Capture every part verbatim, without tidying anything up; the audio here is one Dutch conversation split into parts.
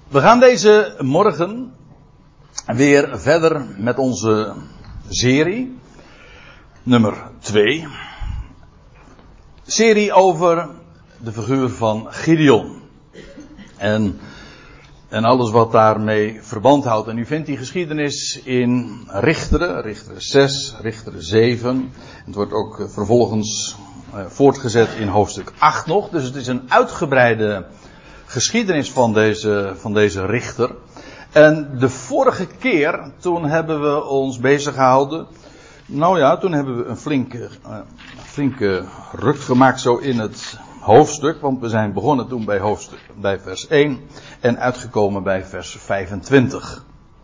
We gaan deze morgen weer verder met onze serie, nummer twee. Serie over de figuur van Gideon. En, en alles wat daarmee verband houdt. En u vindt die geschiedenis in Richteren, Richteren zes, Richteren zeven. Het wordt ook vervolgens uh, voortgezet in hoofdstuk acht nog. Dus het is een uitgebreide geschiedenis van deze, van deze Richter. En de vorige keer, toen hebben we ons bezig gehouden. Nou ja, toen hebben we een flinke, uh, flinke ruk gemaakt zo in het hoofdstuk. Want we zijn begonnen toen bij hoofdstuk, bij vers één. En uitgekomen bij vers vijfentwintig.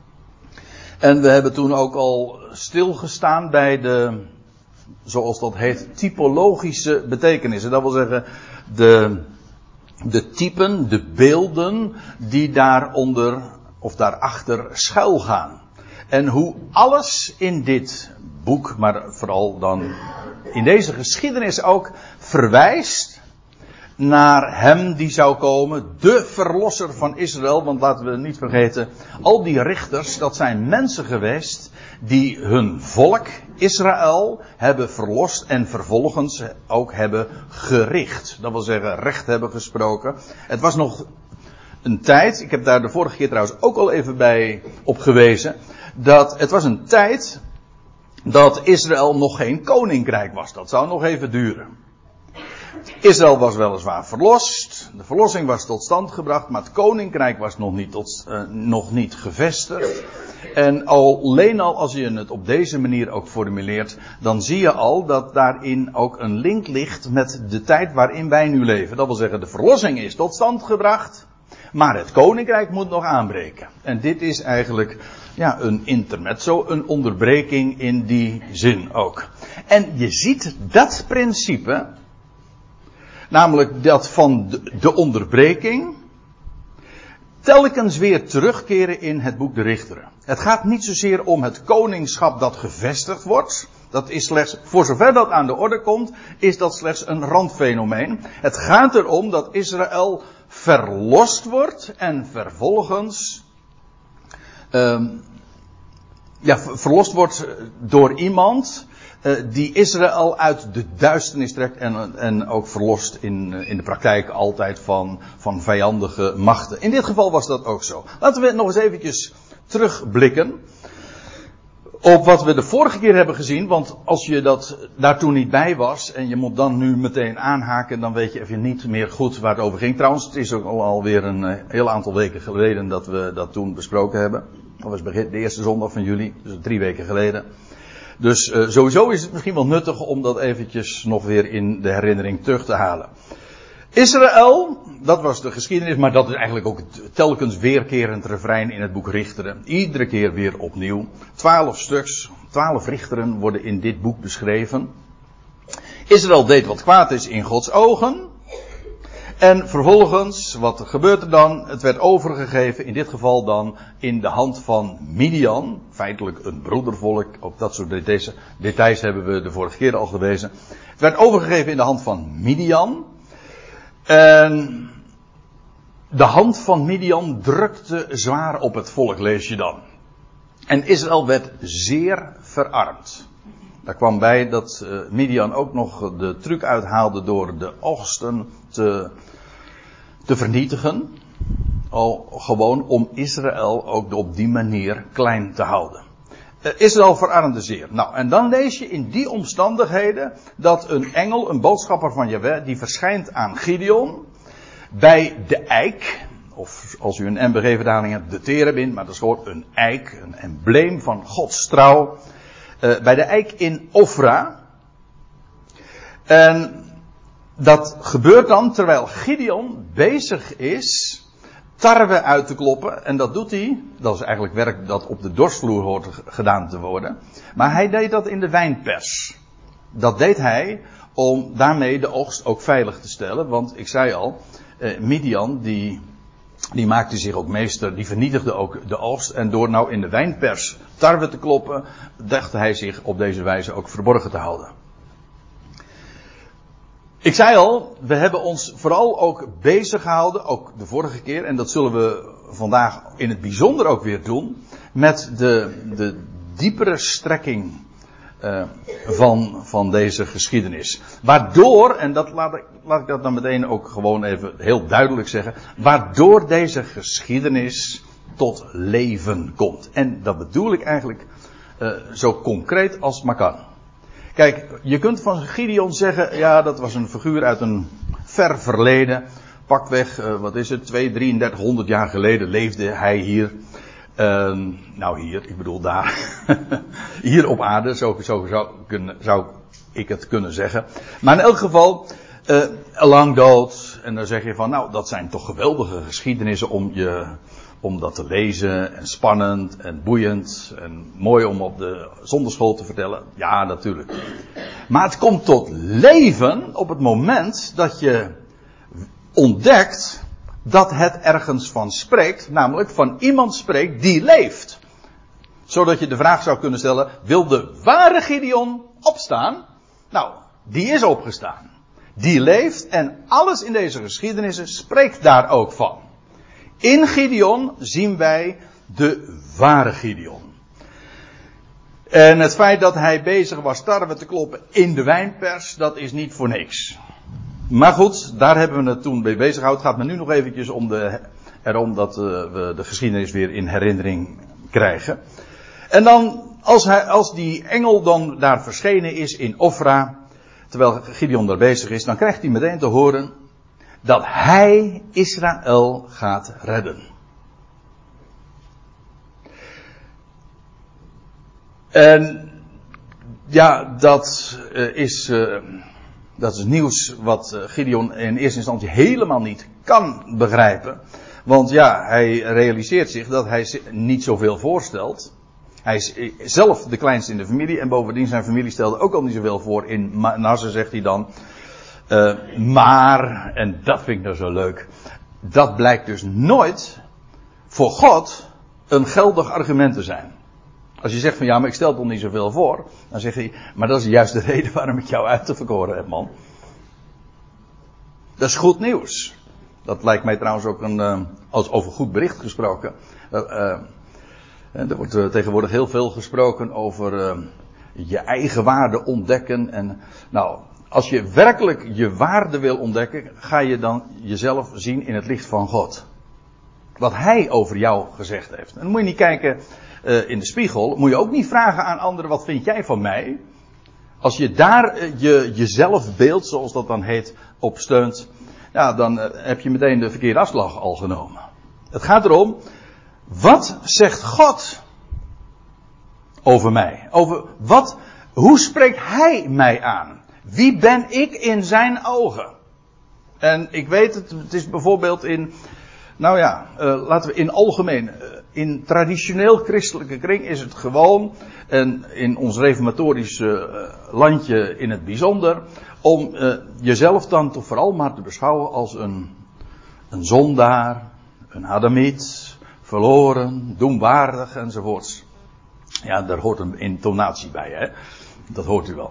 En we hebben toen ook al stilgestaan bij de, zoals dat heet, typologische betekenissen. Dat wil zeggen, de, de typen, de beelden die daaronder of daarachter schuilgaan. En hoe alles in dit boek, maar vooral dan in deze geschiedenis ook, verwijst naar hem die zou komen, de verlosser van Israël. Want laten we niet vergeten, al die richters, dat zijn mensen geweest die hun volk, Israël, hebben verlost en vervolgens ook hebben gericht. Dat wil zeggen, recht hebben gesproken. Het was nog een tijd, ik heb daar de vorige keer trouwens ook al even bij op gewezen, dat het was een tijd dat Israël nog geen koninkrijk was. Dat zou nog even duren. Israël was weliswaar verlost, de verlossing was tot stand gebracht, maar het koninkrijk was nog niet, tot, uh, nog niet gevestigd. En alleen al als je het op deze manier ook formuleert, dan zie je al dat daarin ook een link ligt met de tijd waarin wij nu leven. Dat wil zeggen, de verlossing is tot stand gebracht, maar het koninkrijk moet nog aanbreken. En dit is eigenlijk ja, een intermezzo, een onderbreking in die zin ook. En je ziet dat principe, namelijk dat van de, de onderbreking, telkens weer terugkeren in het boek de Richteren. Het gaat niet zozeer om het koningschap dat gevestigd wordt. Dat is slechts, voor zover dat aan de orde komt, is dat slechts een randfenomeen. Het gaat erom dat Israël verlost wordt en vervolgens um, ja, verlost wordt door iemand uh, die Israël uit de duisternis trekt en, en ook verlost in, in de praktijk altijd van, van vijandige machten. In dit geval was dat ook zo. Laten we nog eens eventjes terugblikken op wat we de vorige keer hebben gezien, want als je dat daartoe niet bij was en je moet dan nu meteen aanhaken, dan weet je even niet meer goed waar het over ging. Trouwens, het is ook al alweer een uh, heel aantal weken geleden dat we dat toen besproken hebben. Dat was begin, de eerste zondag van juli, dus drie weken geleden. Dus uh, sowieso is het misschien wel nuttig om dat eventjes nog weer in de herinnering terug te halen. Israël, dat was de geschiedenis, maar dat is eigenlijk ook het telkens weerkerend refrein in het boek Richteren. Iedere keer weer opnieuw. Twaalf stuks, twaalf richteren worden in dit boek beschreven. Israël deed wat kwaad is in Gods ogen. En vervolgens, wat gebeurt er dan? Het werd overgegeven, in dit geval dan, in de hand van Midian. Feitelijk een broedervolk, ook dat soort details, details hebben we de vorige keer al gewezen. Het werd overgegeven in de hand van Midian. En de hand van Midian drukte zwaar op het volk, lees je dan. En Israël werd zeer verarmd. Daar kwam bij dat uh, Midian ook nog de truc uithaalde door de oogsten te, te vernietigen. Al gewoon om Israël ook op die manier klein te houden. Uh, Israël verarmde zeer. Nou, en dan lees je in die omstandigheden dat een engel, een boodschapper van Jahweh, die verschijnt aan Gideon bij de eik, of als u een M B G-vertaling hebt, de terebint, maar dat is gewoon een eik, een embleem van Gods trouw, uh, bij de eik in Ofra. En dat gebeurt dan terwijl Gideon bezig is tarwe uit te kloppen. En dat doet hij, dat is eigenlijk werk dat op de dorsvloer hoort gedaan te worden. Maar hij deed dat in de wijnpers. Dat deed hij om daarmee de oogst ook veilig te stellen. Want ik zei al, eh, Midian die, die maakte zich ook meester, die vernietigde ook de oogst. En door nou in de wijnpers tarwe te kloppen, dacht hij zich op deze wijze ook verborgen te houden. Ik zei al, we hebben ons vooral ook bezig gehouden, ook de vorige keer, en dat zullen we vandaag in het bijzonder ook weer doen. Met de, de diepere strekking uh, van, van deze geschiedenis. Waardoor, en dat laat ik, laat ik dat dan meteen ook gewoon even heel duidelijk zeggen. Waardoor deze geschiedenis tot leven komt. En dat bedoel ik eigenlijk uh, zo concreet als het maar kan. Kijk, je kunt van Gideon zeggen, ja, dat was een figuur uit een ver verleden. Pakweg, uh, wat is het, twee, drieëndertighonderd jaar geleden leefde hij hier. Uh, nou hier, ik bedoel daar. Hier op aarde, zo, zo zou, kunnen, zou ik het kunnen zeggen. Maar in elk geval, uh, lang dood. En dan zeg je van, nou, dat zijn toch geweldige geschiedenissen om je... om dat te lezen en spannend en boeiend en mooi om op de zonderschool te vertellen. Ja, natuurlijk. Maar het komt tot leven op het moment dat je ontdekt dat het ergens van spreekt, namelijk van iemand spreekt die leeft. Zodat je de vraag zou kunnen stellen, wil de ware Gideon opstaan? Nou, die is opgestaan. Die leeft en alles in deze geschiedenissen spreekt daar ook van. In Gideon zien wij de ware Gideon. En het feit dat hij bezig was tarwe te kloppen in de wijnpers, dat is niet voor niks. Maar goed, daar hebben we het toen mee bezig gehouden. Het gaat me nu nog eventjes om de, erom dat uh, we de geschiedenis weer in herinnering krijgen. En dan, als, hij, als die engel dan daar verschenen is in Ofra, terwijl Gideon daar bezig is, dan krijgt hij meteen te horen dat hij Israël gaat redden. En ja, dat uh, is, uh, dat is nieuws wat uh, Gideon in eerste instantie helemaal niet kan begrijpen. Want ja, hij realiseert zich dat hij niet zoveel voorstelt. Hij is zelf de kleinste in de familie en bovendien zijn familie stelde ook al niet zoveel voor in Manasse, zegt hij dan. Uh, maar, en dat vind ik nou zo leuk, dat blijkt dus nooit voor God een geldig argument te zijn. Als je zegt van ja, maar ik stel toch niet zoveel voor, dan zegt hij, maar dat is juist de reden waarom ik jou uit te verkoren heb, man. Dat is goed nieuws. Dat lijkt mij trouwens ook een, uh, als over goed bericht gesproken. Uh, uh, er wordt uh, tegenwoordig heel veel gesproken over uh, je eigen waarde ontdekken en nou... Als je werkelijk je waarde wil ontdekken, ga je dan jezelf zien in het licht van God. Wat Hij over jou gezegd heeft. En dan moet je niet kijken uh, in de spiegel. Moet je ook niet vragen aan anderen, wat vind jij van mij? Als je daar uh, je, jezelf beeld, zoals dat dan heet, op steunt. Ja, dan uh, heb je meteen de verkeerde afslag al genomen. Het gaat erom, wat zegt God over mij? Over wat, hoe spreekt Hij mij aan? Wie ben ik in zijn ogen? En ik weet het, het is bijvoorbeeld in, nou ja, uh, laten we in algemeen, uh, in traditioneel christelijke kring is het gewoon, en in ons reformatorisch uh, landje in het bijzonder, om uh, jezelf dan toch vooral maar te beschouwen als een, een zondaar, een Adamiet, verloren, doemwaardig enzovoorts. Ja, daar hoort een intonatie bij, hè. Dat hoort u wel.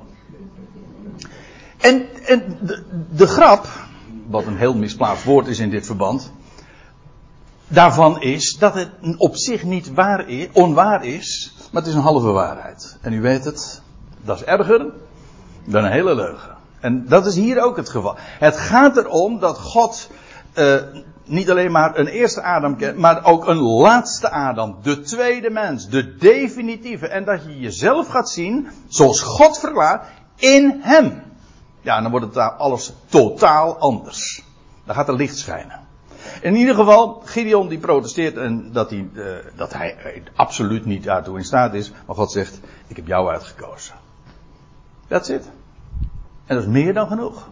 En, en de, de grap, wat een heel misplaatst woord is in dit verband, daarvan is dat het op zich niet waar is, onwaar is, maar het is een halve waarheid. En u weet het, dat is erger dan een hele leugen. En dat is hier ook het geval. Het gaat erom dat God uh, niet alleen maar een eerste Adam kent, maar ook een laatste Adam, de tweede mens, de definitieve. En dat je jezelf gaat zien, zoals God verklaart, in hem. Ja, dan wordt het daar alles totaal anders. Dan gaat er licht schijnen. In ieder geval, Gideon die protesteert en dat hij, uh, dat hij uh, absoluut niet daartoe in staat is. Maar God zegt, ik heb jou uitgekozen. That's it. En dat is meer dan genoeg.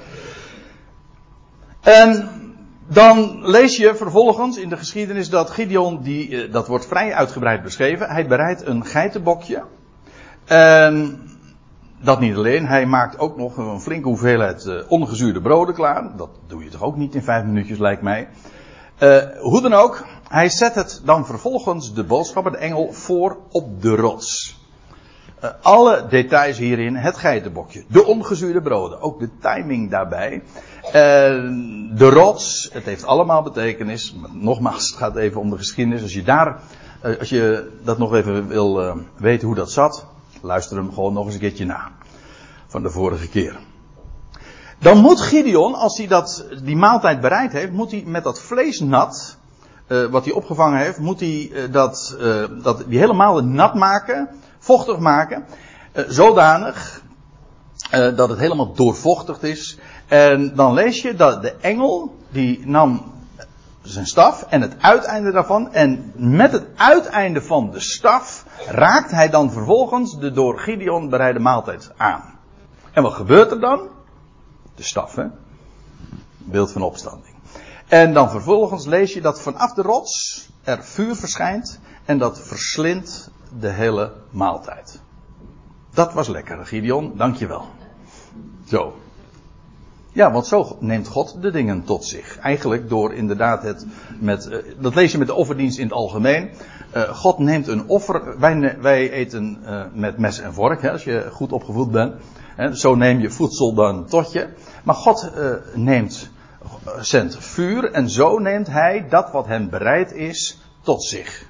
En dan lees je vervolgens in de geschiedenis dat Gideon, die, uh, dat wordt vrij uitgebreid beschreven. Hij bereidt een geitenbokje. En dat niet alleen, hij maakt ook nog een flinke hoeveelheid uh, ongezuurde broden klaar. Dat doe je toch ook niet in vijf minuutjes, lijkt mij. Uh, hoe dan ook, hij zet het dan vervolgens de boodschapper, de engel, voor op de rots. Uh, alle details hierin, het geitenbokje, de ongezuurde broden, ook de timing daarbij, uh, de rots, het heeft allemaal betekenis. Maar nogmaals, het gaat even om de geschiedenis. Als je daar, uh, als je dat nog even wil uh, weten hoe dat zat, luister hem gewoon nog eens een keertje na, van de vorige keer. Dan moet Gideon, als hij dat, die maaltijd bereid heeft, moet hij met dat vlees nat, uh, wat hij opgevangen heeft, moet hij uh, dat, uh, dat, die helemaal nat maken, vochtig maken, uh, zodanig uh, dat het helemaal doorvochtigd is. En dan lees je dat de engel, die nam zijn staf en het uiteinde daarvan, en met het uiteinde van de staf raakt hij dan vervolgens de door Gideon bereide maaltijd aan. En wat gebeurt er dan? De staf, hè? Beeld van opstanding. En dan vervolgens lees je dat vanaf de rots er vuur verschijnt en dat verslindt de hele maaltijd. Dat was lekker, Gideon, dankjewel. Zo. Ja, want zo neemt God de dingen tot zich. Eigenlijk door inderdaad het met, uh, dat lees je met de offerdienst in het algemeen. Uh, God neemt een offer, wij, wij eten uh, met mes en vork, hè, als je goed opgevoed bent. Hè, zo neem je voedsel dan tot je. Maar God uh, neemt, uh, zendt vuur en zo neemt hij dat wat hem bereid is tot zich.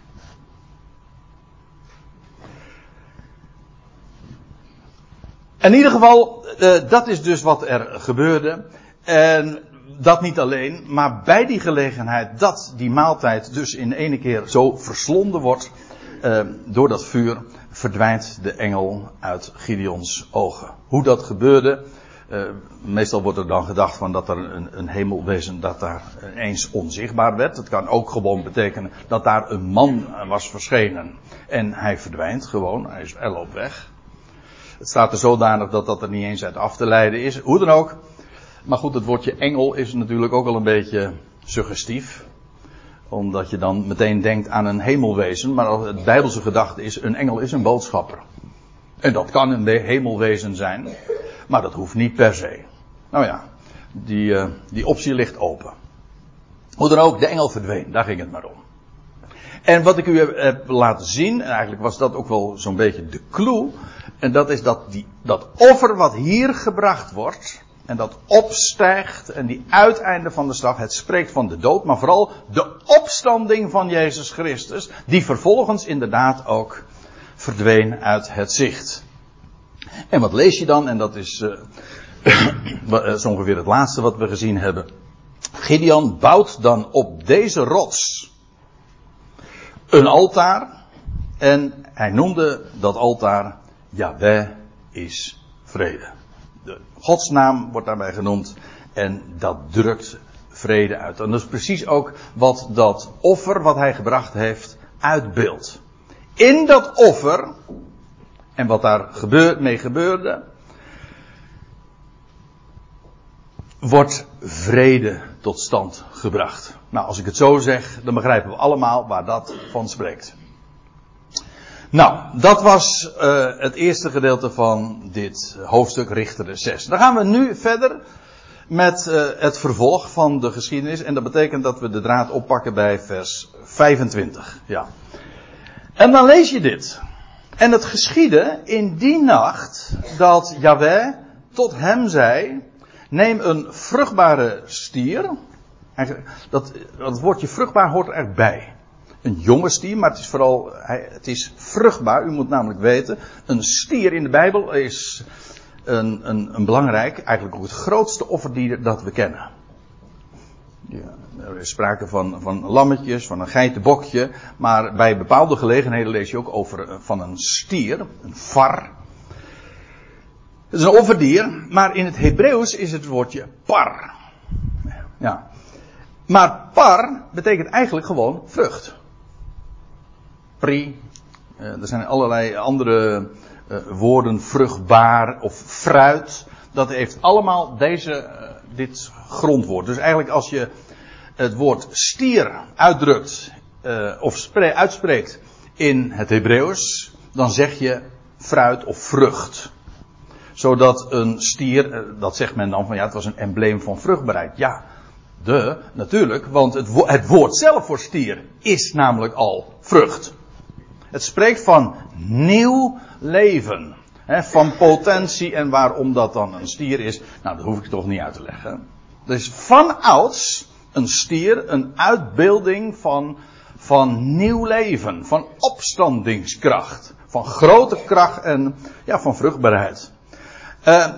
In ieder geval, uh, dat is dus wat er gebeurde. En dat niet alleen, maar bij die gelegenheid dat die maaltijd dus in ene keer zo verslonden wordt uh, door dat vuur, verdwijnt de engel uit Gideons ogen. Hoe dat gebeurde, uh, meestal wordt er dan gedacht van dat er een, een hemelwezen dat daar ineens onzichtbaar werd. Het kan ook gewoon betekenen dat daar een man was verschenen en hij verdwijnt gewoon, hij, is, hij loopt weg. Het staat er zodanig dat dat er niet eens uit af te leiden is. Hoe dan ook. Maar goed, het woordje engel is natuurlijk ook al een beetje suggestief. Omdat je dan meteen denkt aan een hemelwezen. Maar het bijbelse gedachte is, een engel is een boodschapper. En dat kan een hemelwezen zijn. Maar dat hoeft niet per se. Nou ja, die, uh, die optie ligt open. Hoe dan ook, de engel verdween. Daar ging het maar om. En wat ik u heb, heb laten zien, en eigenlijk was dat ook wel zo'n beetje de clue. En dat is dat die, dat offer wat hier gebracht wordt, en dat opstijgt, en die uiteinde van de staf, het spreekt van de dood, maar vooral de opstanding van Jezus Christus, die vervolgens inderdaad ook verdween uit het zicht. En wat lees je dan? En dat is uh, zo ongeveer het laatste wat we gezien hebben. Gideon bouwt dan op deze rots een altaar, en hij noemde dat altaar Yahweh is vrede. De Gods naam wordt daarbij genoemd en dat drukt vrede uit. En dat is precies ook wat dat offer wat hij gebracht heeft uitbeeldt. In dat offer, en wat daar gebeurt, mee gebeurde, wordt vrede tot stand gebracht. Nou, als ik het zo zeg, dan begrijpen we allemaal waar dat van spreekt. Nou, dat was uh, het eerste gedeelte van dit hoofdstuk Richteren zes. Dan gaan we nu verder met uh, het vervolg van de geschiedenis. En dat betekent dat we de draad oppakken bij vers vijfentwintig. Ja. En dan lees je dit. En het geschiedde in die nacht dat Yahweh tot hem zei: neem een vruchtbare stier. Dat, dat woordje vruchtbaar hoort erbij. Een jonge stier, maar het is vooral, het is vruchtbaar. U moet namelijk weten, een stier in de Bijbel is een, een, een belangrijk, eigenlijk ook het grootste offerdier dat we kennen. Ja, er is sprake van, van lammetjes, van een geitenbokje, maar bij bepaalde gelegenheden lees je ook over van een stier, een var. Het is een offerdier, maar in het Hebreeuws is het woordje par. Ja. Maar par betekent eigenlijk gewoon vrucht. Pri. Uh, er zijn allerlei andere uh, woorden, vruchtbaar of fruit. Dat heeft allemaal deze, uh, dit grondwoord. Dus eigenlijk als je het woord stier uitdrukt, uh, of spre- uitspreekt in het Hebreeuws, dan zeg je fruit of vrucht. Zodat een stier, uh, dat zegt men dan van ja, het was een embleem van vruchtbaarheid. Ja, de, natuurlijk, want het, wo- het woord zelf voor stier is namelijk al vrucht. Het spreekt van nieuw leven. He, van potentie en waarom dat dan een stier is. Nou, dat hoef ik toch niet uit te leggen. Dus van ouds een stier, een uitbeelding van, van nieuw leven. Van opstandingskracht. Van grote kracht en ja, van vruchtbaarheid. Uh,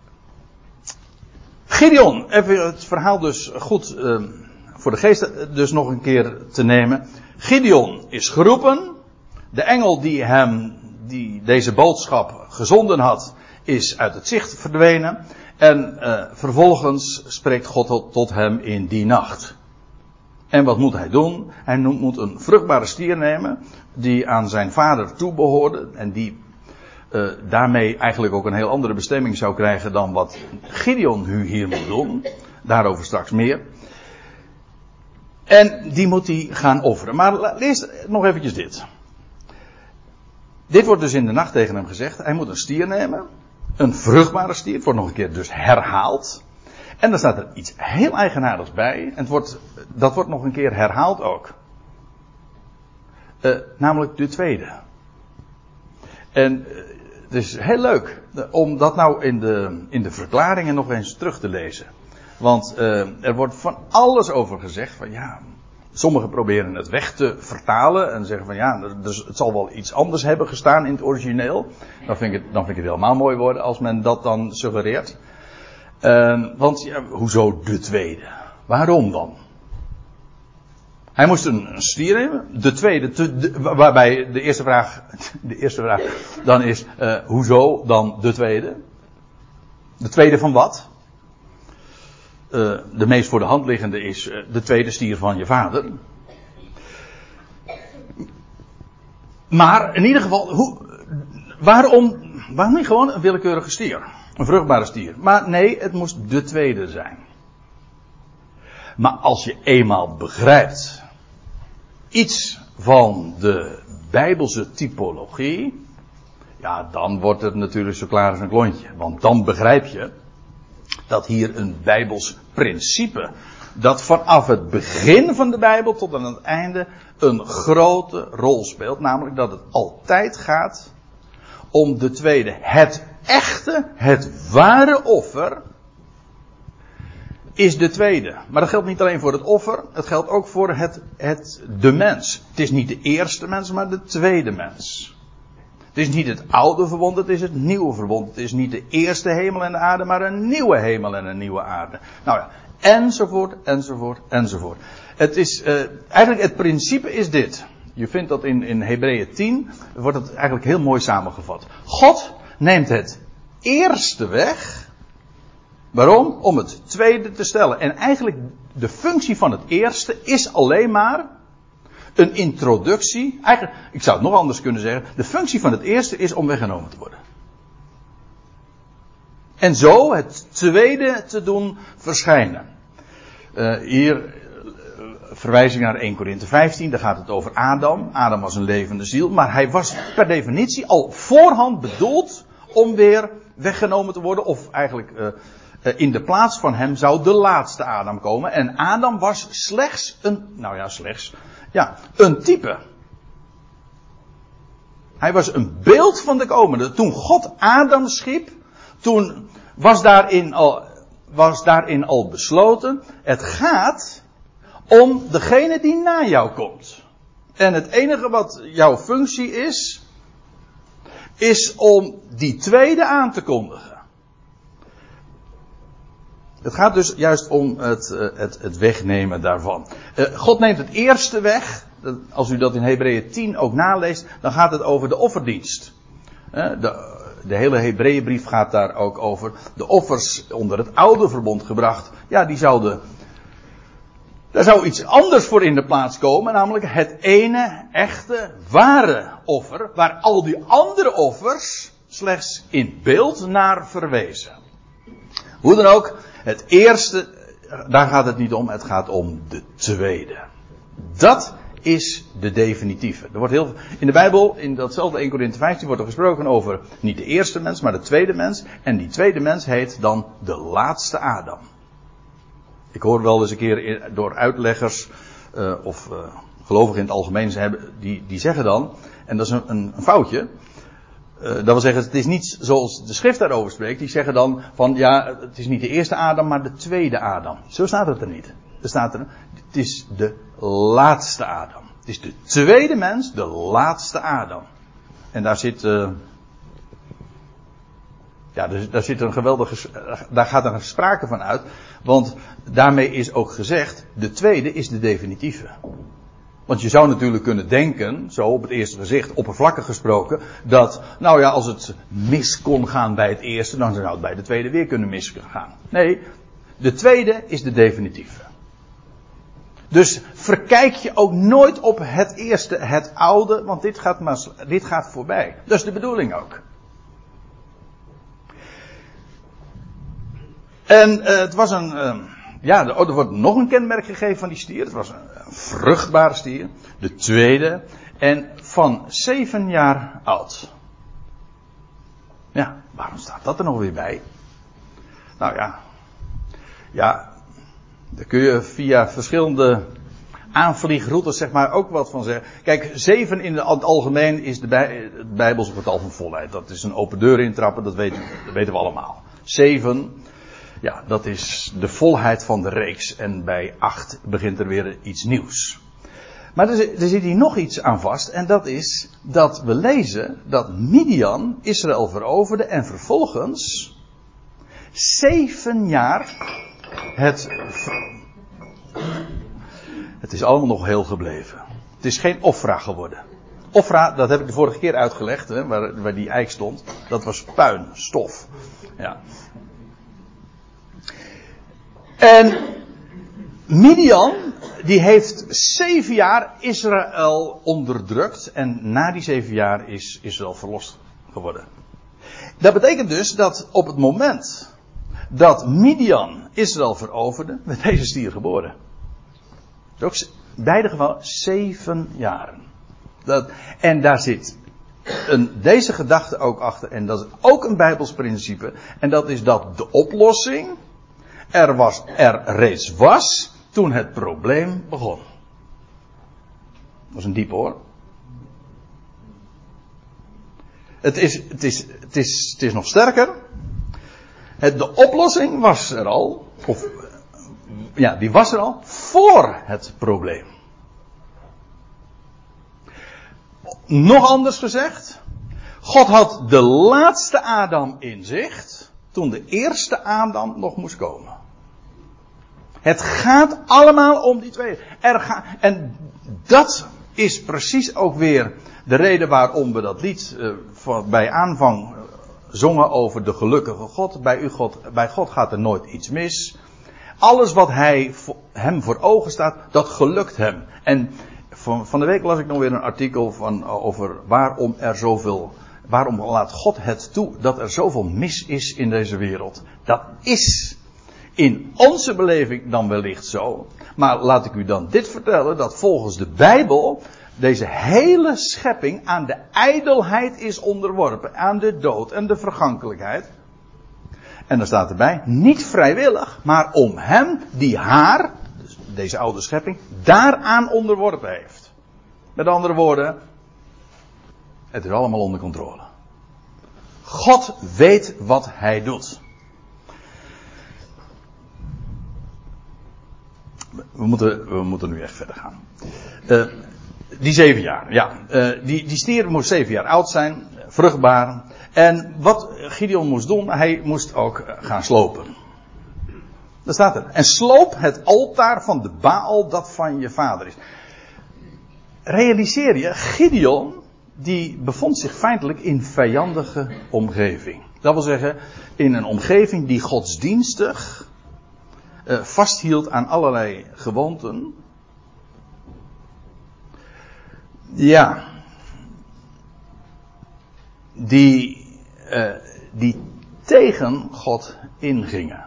Gideon, even het verhaal dus goed uh, voor de geest dus nog een keer te nemen. Gideon is geroepen. De engel die hem, die deze boodschap gezonden had, is uit het zicht verdwenen. En uh, vervolgens spreekt God tot, tot hem in die nacht. En wat moet hij doen? Hij moet een vruchtbare stier nemen, die aan zijn vader toebehoorde. En die uh, daarmee eigenlijk ook een heel andere bestemming zou krijgen dan wat Gideon nu hier moet doen. Daarover straks meer. En die moet hij gaan offeren. Maar lees nog eventjes dit. Dit wordt dus in de nacht tegen hem gezegd. Hij moet een stier nemen. Een vruchtbare stier. Het wordt nog een keer dus herhaald. En dan staat er iets heel eigenaardigs bij. En het wordt, dat wordt nog een keer herhaald ook. Uh, namelijk de tweede. En uh, het is heel leuk om dat nou in de, in de verklaringen nog eens terug te lezen. Want uh, er wordt van alles over gezegd. Van ja, sommigen proberen het weg te vertalen. En zeggen van ja, dus het zal wel iets anders hebben gestaan in het origineel. Dan vind ik het, dan vind ik het helemaal mooi worden als men dat dan suggereert. Uh, want ja, hoezo de tweede? Waarom dan? Hij moest een, een stier nemen. De tweede, te, de, waarbij de eerste vraag, de eerste vraag dan is, uh, hoezo dan de tweede? De tweede van wat? Uh, de meest voor de hand liggende is uh, de tweede stier van je vader. Maar in ieder geval, hoe, waarom, waarom niet gewoon een willekeurige stier? Een vruchtbare stier. Maar nee, het moest de tweede zijn. Maar als je eenmaal begrijpt iets van de Bijbelse typologie, ja, dan wordt het natuurlijk zo klaar als een klontje. Want dan begrijp je dat hier een Bijbels principe, dat vanaf het begin van de Bijbel tot aan het einde een grote rol speelt. Namelijk dat het altijd gaat om de tweede. Het echte, het ware offer is de tweede. Maar dat geldt niet alleen voor het offer, het geldt ook voor het, het, de mens. Het is niet de eerste mens, maar de tweede mens. Het is niet het oude verbond, het is het nieuwe verbond. Het is niet de eerste hemel en de aarde, maar een nieuwe hemel en een nieuwe aarde. Nou ja, enzovoort, enzovoort, enzovoort. Het is, uh, eigenlijk het principe is dit. Je vindt dat in, in Hebreeën tien, wordt het eigenlijk heel mooi samengevat. God neemt het eerste weg. Waarom? Om het tweede te stellen. En eigenlijk de functie van het eerste is alleen maar een introductie. Eigenlijk, ik zou het nog anders kunnen zeggen. De functie van het eerste is om weggenomen te worden. En zo het tweede te doen verschijnen. Uh, hier uh, verwijzing naar Eerste Korinthe vijftien. Daar gaat het over Adam. Adam was een levende ziel. Maar hij was per definitie al voorhand bedoeld om weer weggenomen te worden. Of eigenlijk uh, uh, in de plaats van hem zou de laatste Adam komen. En Adam was slechts een, nou ja slechts, ja, een type. Hij was een beeld van de komende. Toen God Adam schiep, toen was daarin al, was daarin al besloten, het gaat om degene die na jou komt. En het enige wat jouw functie is, is om die tweede aan te kondigen. Het gaat dus juist om het, het, het wegnemen daarvan. Uh, God neemt het eerste weg. Als u dat in Hebreeën tien ook naleest, dan gaat het over de offerdienst. Uh, de, de hele Hebreeënbrief gaat daar ook over. De offers onder het oude verbond gebracht. Ja, die zouden... Daar zou iets anders voor in de plaats komen. Namelijk het ene, echte, ware offer. Waar al die andere offers slechts in beeld naar verwezen. Hoe dan ook, het eerste, daar gaat het niet om. Het gaat om de tweede. Dat is de definitieve. Er wordt heel, in de Bijbel, in datzelfde Eerste Korinthe vijftien, wordt er gesproken over niet de eerste mens, maar de tweede mens. En die tweede mens heet dan de laatste Adam. Ik hoor wel eens een keer door uitleggers uh, of uh, gelovigen in het algemeen hebben, die, die zeggen dan, en dat is een, een, een foutje. Uh, dat wil zeggen, het is niet zoals de schrift daarover spreekt. Die zeggen dan van, ja, het is niet de eerste Adam, maar de tweede Adam. Zo staat het er niet. Er staat er, het is de laatste Adam. Het is de tweede mens, de laatste Adam. En daar zit, uh, ja, dus, daar zit een geweldige, daar gaat er een sprake van uit. Want daarmee is ook gezegd, de tweede is de definitieve. Want je zou natuurlijk kunnen denken, zo op het eerste gezicht, oppervlakkig gesproken, dat, nou ja, als het mis kon gaan bij het eerste, dan zou het bij de tweede weer kunnen misgaan. Nee, de tweede is de definitieve. Dus verkijk je ook nooit op het eerste, het oude, want dit gaat, maar, dit gaat voorbij. Dat is de bedoeling ook. En uh, het was een, uh, ja, er wordt nog een kenmerk gegeven van die stier. Het was een, een vruchtbare stier. De tweede. En van zeven jaar oud. Ja, waarom staat dat er nog weer bij? Nou ja. Ja, daar kun je via verschillende aanvliegroutes zeg maar ook wat van zeggen. Kijk, zeven in het algemeen is de bij, het Bijbelse getal van volheid. Dat is een open deur intrappen, dat weten, dat weten we allemaal. Zeven, ja, dat is de volheid van de reeks. En bij acht begint er weer iets nieuws. Maar er, er zit hier nog iets aan vast. En dat is dat we lezen dat Midian Israël veroverde en vervolgens zeven jaar het... Het is allemaal nog heel gebleven. Het is geen Ofra geworden. Ofra, dat heb ik de vorige keer uitgelegd, hè, waar, waar die eik stond. Dat was puin, stof. Ja. En Midian, die heeft zeven jaar Israël onderdrukt. En na die zeven jaar is Israël verlost geworden. Dat betekent dus dat op het moment dat Midian Israël veroverde, werd deze stier geboren. Ook in beide gevallen zeven jaren. Dat, en daar zit een, deze gedachte ook achter. En dat is ook een Bijbels principe. En dat is dat de oplossing er, was, er reeds was toen het probleem begon. Dat is een diep hoor. Het is, het is, het is, het is nog sterker. Het, de oplossing was er al. Of, ja, die was er al voor het probleem. Nog anders gezegd. God had de laatste Adam in zicht toen de eerste Adam nog moest komen. Het gaat allemaal om die twee. Er ga, en dat is precies ook weer de reden waarom we dat lied uh, van, bij aanvang uh, zongen over de gelukkige God. Bij, u God. bij God gaat er nooit iets mis. Alles wat hij, hem voor ogen staat, dat gelukt hem. En van, van de week las ik nog weer een artikel van, over waarom er zoveel, waarom laat God het toe dat er zoveel mis is in deze wereld. Dat is in onze beleving dan wellicht zo. Maar laat ik u dan dit vertellen, dat volgens de Bijbel deze hele schepping aan de ijdelheid is onderworpen. Aan de dood en de vergankelijkheid. En dan staat erbij, niet vrijwillig, maar om hem die haar, dus deze oude schepping, daaraan onderworpen heeft. Met andere woorden, het is allemaal onder controle. God weet wat hij doet. We moeten, we moeten nu echt verder gaan. Uh, die zeven jaar, ja. Uh, die, die stier moest zeven jaar oud zijn, vruchtbaar. En wat Gideon moest doen, hij moest ook gaan slopen. Daar staat er. En sloop het altaar van de Baal dat van je vader is. Realiseer je, Gideon, die bevond zich feitelijk in vijandige omgeving. Dat wil zeggen, in een omgeving die godsdienstig uh, vasthield aan allerlei gewoonten. Ja. Die, uh, die tegen God ingingen.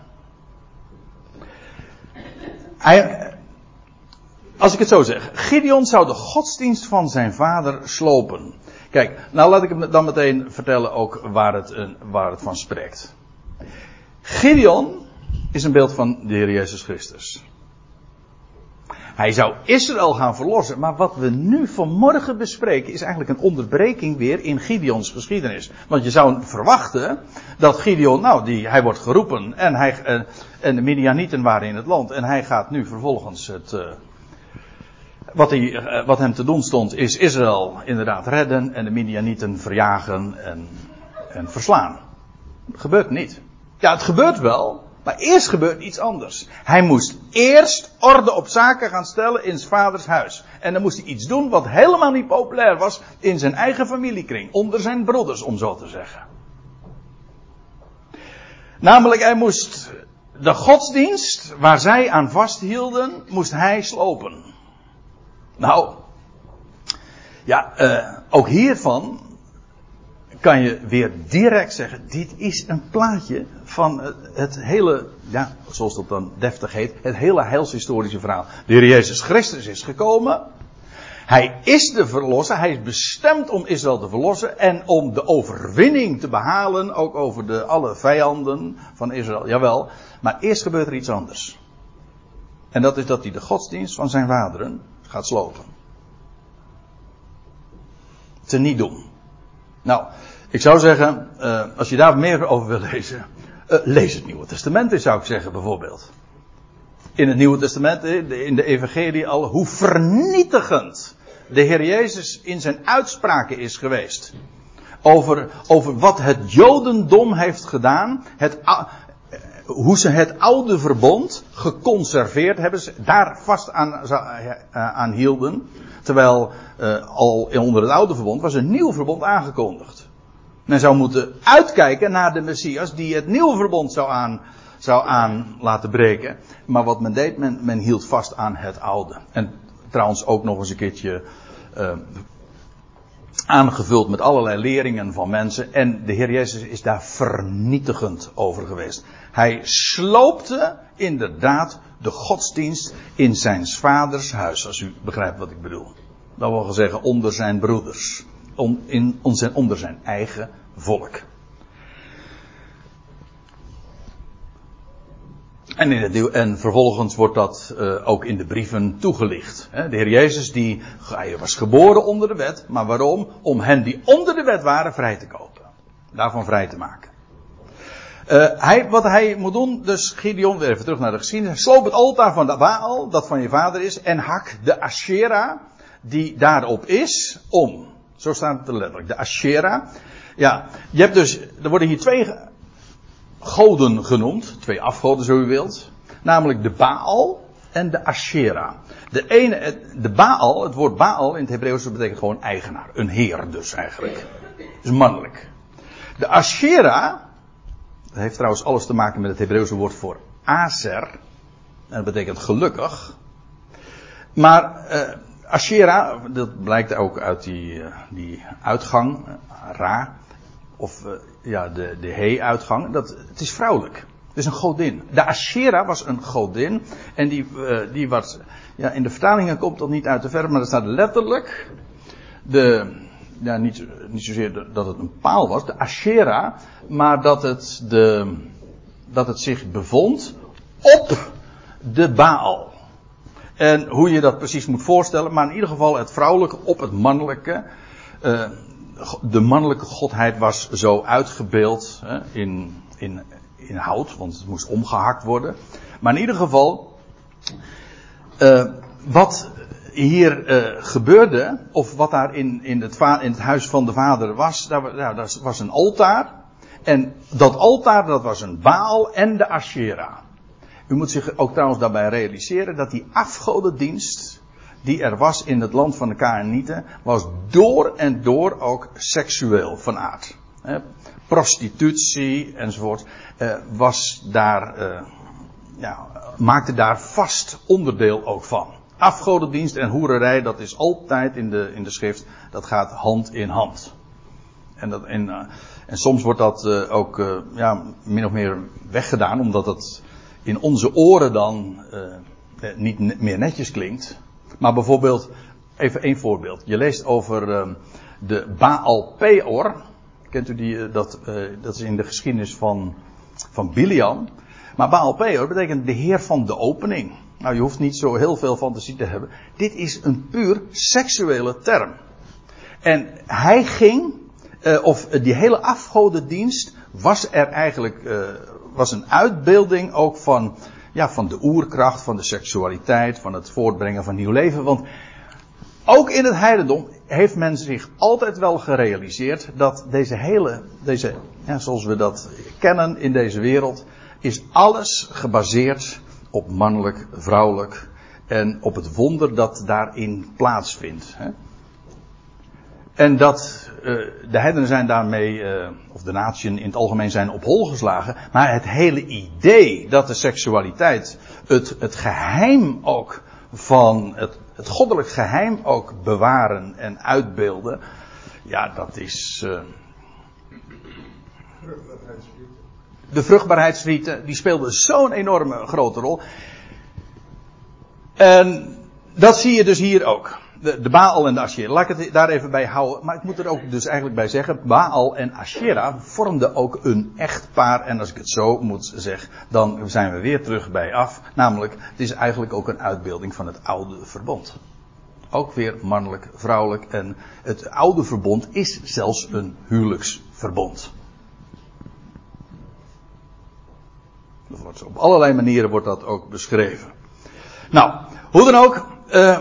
Hij, als ik het zo zeg, Gideon zou de godsdienst van zijn vader slopen. Kijk, nou laat ik hem dan meteen vertellen ook waar het, uh, waar het van spreekt. Gideon is een beeld van de Heer Jezus Christus. hij zou Israël gaan verlossen. Maar wat we nu vanmorgen bespreken is eigenlijk een onderbreking weer in Gideons geschiedenis. Want je zou verwachten dat Gideon, nou, die, hij wordt geroepen en, hij, en, en de Midianieten waren in het land. En hij gaat nu vervolgens het... Uh, wat, hij, uh, wat hem te doen stond is Israël inderdaad redden en de Midianieten verjagen en, en verslaan. Dat gebeurt niet. Ja, het gebeurt wel. Maar eerst gebeurt iets anders. Hij moest eerst orde op zaken gaan stellen in zijn vaders huis. En dan moest hij iets doen wat helemaal niet populair was in zijn eigen familiekring. Onder zijn broeders, om zo te zeggen. Namelijk, hij moest de godsdienst waar zij aan vasthielden, moest hij slopen. Nou, ja, uh, ook hiervan kan je weer direct zeggen, dit is een plaatje van het hele, ja, zoals dat dan deftig heet, het hele heilshistorische verhaal. De Heer Jezus Christus is gekomen. Hij is de verlosser. Hij is bestemd om Israël te verlossen en om de overwinning te behalen, ook over de alle vijanden van Israël. Jawel, maar eerst gebeurt er iets anders. En dat is dat hij de godsdienst van zijn vaderen gaat slopen. Te niet doen. Nou, ik zou zeggen, uh, als je daar meer over wil lezen, uh, lees het Nieuwe Testament eens, zou ik zeggen, bijvoorbeeld. In het Nieuwe Testament, in de evangelie al, hoe vernietigend de Heer Jezus in zijn uitspraken is geweest. Over, over wat het Jodendom heeft gedaan, het, uh, hoe ze het oude verbond geconserveerd hebben, ze daar vast aan, uh, aan hielden. Terwijl uh, al onder het oude verbond was een nieuw verbond aangekondigd. Men zou moeten uitkijken naar de Messias die het nieuwe verbond zou aan, zou aan laten breken. Maar wat men deed, men, men hield vast aan het oude. En trouwens ook nog eens een keertje uh, aangevuld met allerlei leringen van mensen. En de Heer Jezus is daar vernietigend over geweest. Hij sloopte inderdaad de godsdienst in zijn vaders huis, als u begrijpt wat ik bedoel. Dat wil zeggen onder zijn broeders. Om, in, onder zijn eigen volk. En, in het, en vervolgens wordt dat uh, ook in de brieven toegelicht. He, de Heer Jezus die, hij was geboren onder de wet. Maar waarom? Om hen die onder de wet waren vrij te kopen. Daarvan vrij te maken. Uh, hij, wat hij moet doen, dus Gideon, weer even terug naar de geschiedenis. Sloop het altaar van de Baal, dat van je vader is. En hak de Ashera, die daarop is, om. Zo staat het er letterlijk. De Ashera. Ja, je hebt dus, er worden hier twee goden genoemd. Twee afgoden, zo u wilt. Namelijk de Baal en de Ashera. De ene, de Baal, het woord Baal in het Hebreeuws betekent gewoon eigenaar. Een heer dus eigenlijk. Dus mannelijk. De Ashera, dat heeft trouwens alles te maken met het Hebreeuwse woord voor Aser. En dat betekent gelukkig. Maar uh, Ashera, dat blijkt ook uit die, uh, die uitgang, uh, Ra, of uh, ja, de, de he-uitgang, dat, het is vrouwelijk. Het is een godin. De Ashera was een godin en die, uh, die was, ja, in de vertalingen komt dat niet uit de verf, maar er staat letterlijk, de, ja, niet, niet zozeer dat het een paal was, de Ashera, maar dat het, de, dat het zich bevond op de Baal. En hoe je dat precies moet voorstellen, maar in ieder geval het vrouwelijke op het mannelijke. Uh, de mannelijke godheid was zo uitgebeeld hè, in, in, in hout, want het moest omgehakt worden. Maar in ieder geval, uh, wat hier uh, gebeurde, of wat daar in, in, het va- in het huis van de vader was, daar, daar, daar was een altaar. En dat altaar, dat was een Baal en de Ashera. U moet zich ook trouwens daarbij realiseren dat die afgodendienst die er was in het land van de Kanaanieten, was door en door ook seksueel van aard. He, prostitutie enzovoort uh, was daar, uh, ja, maakte daar vast onderdeel ook van. Afgodendienst en hoererij, dat is altijd in de, in de schrift, dat gaat hand in hand. En, dat, en, uh, en soms wordt dat uh, ook uh, ja, min of meer weggedaan, omdat dat in onze oren dan uh, niet meer netjes klinkt. Maar bijvoorbeeld, even één voorbeeld. Je leest over uh, de Baal Peor. Kent u die? Uh, dat, uh, dat is in de geschiedenis van, van Biliam. Maar Baal Peor betekent de heer van de opening. nou je hoeft niet zo heel veel fantasie te hebben. Dit is een puur seksuele term. En hij ging, uh, of uh, die hele afgodendienst was er eigenlijk, uh, was een uitbeelding ook van, ja, van de oerkracht, van de seksualiteit, van het voortbrengen van nieuw leven. Want ook in het heidendom heeft men zich altijd wel gerealiseerd dat deze hele, deze, ja, zoals we dat kennen in deze wereld, is alles gebaseerd op mannelijk, vrouwelijk en op het wonder dat daarin plaatsvindt. Hè? En dat uh, de heidenen zijn daarmee, uh, of de natieën in het algemeen zijn op hol geslagen, maar het hele idee dat de seksualiteit het, het geheim ook van het, het goddelijk geheim ook bewaren en uitbeelden, ja, dat is uh, de vruchtbaarheidsrieten, die speelden zo'n enorme grote rol. En dat zie je dus hier ook. De, de Baal en de Asherah. Laat ik het daar even bij houden. Maar ik moet er ook dus eigenlijk bij zeggen. Baal en Asherah vormden ook een echtpaar. En als ik het zo moet zeggen. Dan zijn we weer terug bij af. Namelijk. Het is eigenlijk ook een uitbeelding van het oude verbond. Ook weer mannelijk, vrouwelijk. En het oude verbond is zelfs een huwelijksverbond. Op allerlei manieren wordt dat ook beschreven. Nou, hoe dan ook. Uh,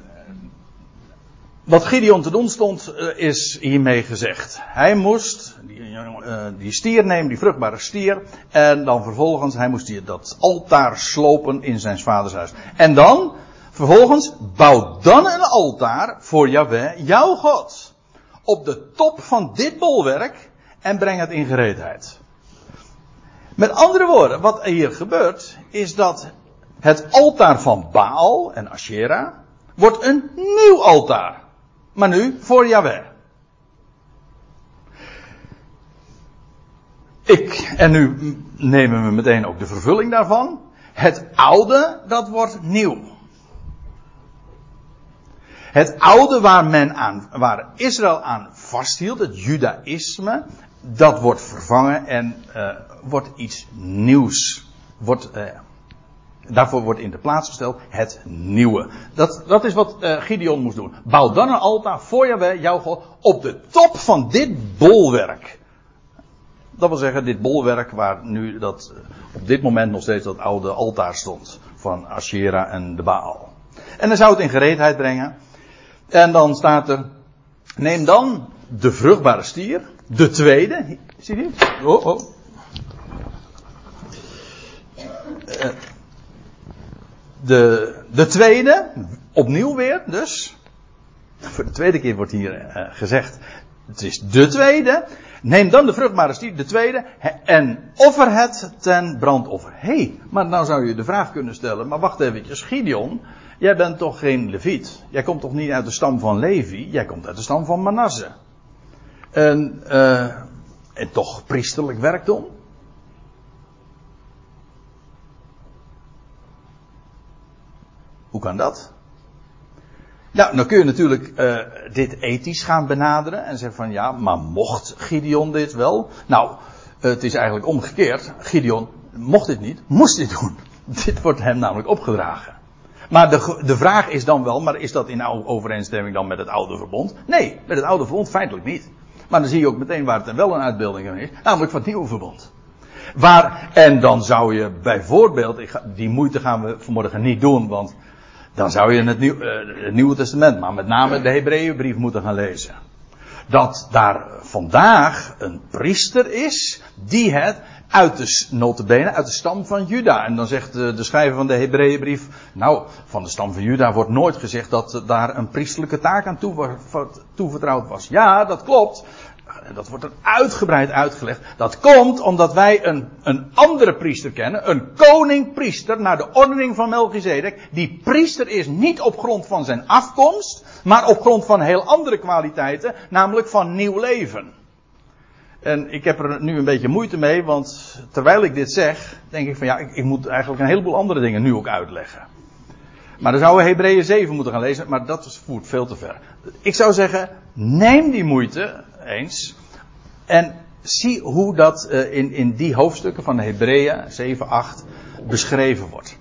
Wat Gideon te doen stond, uh, is hiermee gezegd. Hij moest die, uh, die stier nemen, die vruchtbare stier. En dan vervolgens, hij moest die, dat altaar slopen in zijn vaders huis. En dan, vervolgens, bouw dan een altaar voor Yahweh, jouw God. Op de top van dit bolwerk en breng het in gereedheid. Met andere woorden, wat hier gebeurt, is dat het altaar van Baal en Asherah wordt een nieuw altaar. Maar nu voor Yahweh. Ik, en nu nemen we meteen ook de vervulling daarvan. Het oude, dat wordt nieuw. Het oude waar men aan, waar Israël aan vasthield, het judaïsme, dat wordt vervangen en uh, wordt iets nieuws. Wordt, uh, daarvoor wordt in de plaats gesteld het nieuwe. Dat, dat is wat uh, Gideon moest doen. Bouw dan een altaar voor Yahweh, jouw God, op de top van dit bolwerk. Dat wil zeggen, dit bolwerk waar nu dat, op dit moment nog steeds dat oude altaar stond. Van Asherah en de Baal. En dan zou het in gereedheid brengen. En dan staat er, neem dan de vruchtbare stier, de tweede. Zie je die? Oh, oh. Uh, De, de tweede, opnieuw weer dus. Voor de tweede keer wordt hier uh, gezegd, het is de tweede. Neem dan de vruchtbare stier, de tweede, en offer het ten brandoffer. Hé, hey, maar nou zou je de vraag kunnen stellen, maar wacht eventjes, Gideon, jij bent toch geen Leviet? Jij komt toch niet uit de stam van Levi? Jij komt uit de stam van Manasse. En, uh, en toch priesterlijk werkdom? Hoe kan dat? Nou, dan kun je natuurlijk uh, dit ethisch gaan benaderen en zeggen van ja, maar mocht Gideon dit wel? Nou, uh, het is eigenlijk omgekeerd. Gideon mocht dit niet, moest dit doen. Dit wordt hem namelijk opgedragen. Maar de, de vraag is dan wel, maar is dat in overeenstemming dan met het oude verbond? Nee, met het oude verbond feitelijk niet. Maar dan zie je ook meteen waar het dan wel een uitbeelding van is, namelijk van het nieuwe verbond. Waar, en dan zou je bijvoorbeeld, ik ga, die moeite gaan we vanmorgen niet doen, want dan zou je het, nieuw, uh, het Nieuwe Testament, maar met name de Hebreeënbrief moeten gaan lezen. Dat daar vandaag een priester is, die het uit de, notabene, uit de stam van Juda. En dan zegt de, de schrijver van de Hebreeënbrief, nou, van de stam van Juda wordt nooit gezegd dat daar een priesterlijke taak aan toe, toevertrouwd was. Ja, dat klopt. Dat wordt er uitgebreid uitgelegd. Dat komt omdat wij een, een andere priester kennen. Een koning-priester naar de ordening van Melchizedek. Die priester is niet op grond van zijn afkomst. Maar op grond van heel andere kwaliteiten. Namelijk van nieuw leven. En ik heb er nu een beetje moeite mee. Want terwijl ik dit zeg. Denk ik van ja, ik, ik moet eigenlijk een heleboel andere dingen nu ook uitleggen. Maar dan zouden we Hebreeën zeven moeten gaan lezen. Maar dat voert veel te ver. Ik zou zeggen, neem die moeite eens. En zie hoe dat uh, in, in die hoofdstukken van de Hebreeën zeven, acht beschreven wordt.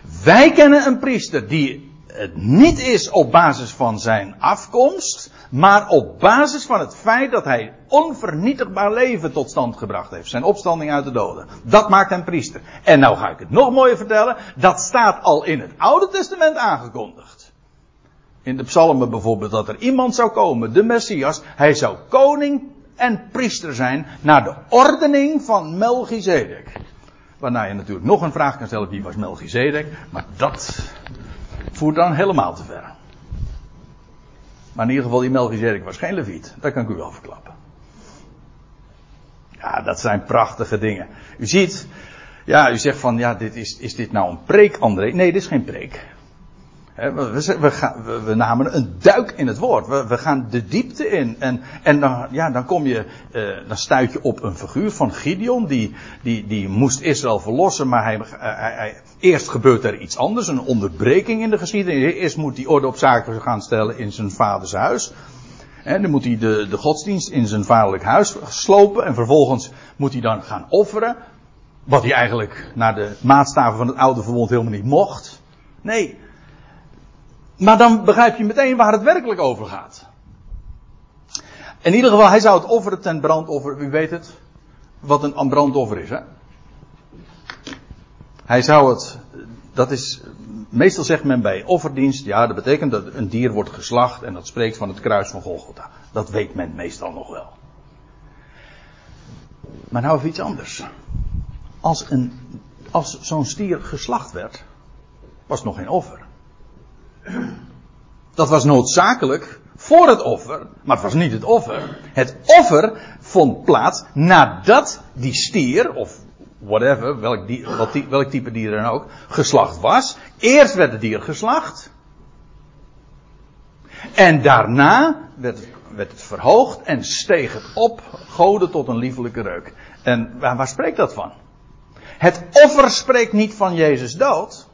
Wij kennen een priester die het niet is op basis van zijn afkomst, maar op basis van het feit dat hij onvernietigbaar leven tot stand gebracht heeft. Zijn opstanding uit de doden. Dat maakt hem priester. En nou ga ik het nog mooier vertellen. Dat staat al in het Oude Testament aangekondigd. In de psalmen bijvoorbeeld dat er iemand zou komen, de Messias. Hij zou koning en priester zijn naar de ordening van Melchizedek. Waarna je natuurlijk nog een vraag kan stellen, wie was Melchizedek? Maar dat voert dan helemaal te ver. Maar in ieder geval, die Melchizedek was geen leviet. Dat kan ik u wel verklappen. Ja, dat zijn prachtige dingen. U ziet, ja, u zegt van, ja, dit is, is dit nou een preek, André? Nee, dit is geen preek. He, we, we, we, gaan, we, we namen een duik in het woord. We, we gaan de diepte in. En, en dan, ja, dan kom je, uh, dan stuit je op een figuur van Gideon. Die, die, die moest Israël verlossen, maar hij, hij, hij, eerst gebeurt er iets anders. Een onderbreking in de geschiedenis. Eerst moet hij orde op zaken gaan stellen in zijn vaders huis. En dan moet hij de, de godsdienst in zijn vaderlijk huis slopen. En vervolgens moet hij dan gaan offeren. Wat hij eigenlijk naar de maatstaven van het oude verbond helemaal niet mocht. Nee. Maar dan begrijp je meteen waar het werkelijk over gaat. In ieder geval, hij zou het offeren ten brandoffer. U weet het. Wat een brandoffer is, hè. Hij zou het. Dat is. Meestal zegt men bij offerdienst. Ja, dat betekent dat een dier wordt geslacht. En dat spreekt van het kruis van Golgotha. Dat weet men meestal nog wel. Maar nou even iets anders. Als, een, als zo'n stier geslacht werd. Was het nog geen offer. Dat was noodzakelijk voor het offer, maar het was niet het offer. Het offer vond plaats nadat die stier, of whatever, welk, dier, wat, welk type dier dan ook, geslacht was. Eerst werd het dier geslacht. En daarna werd het, werd het verhoogd en steeg het op, goden tot een liefelijke reuk. En waar, waar spreekt dat van? Het offer spreekt niet van Jezus dood.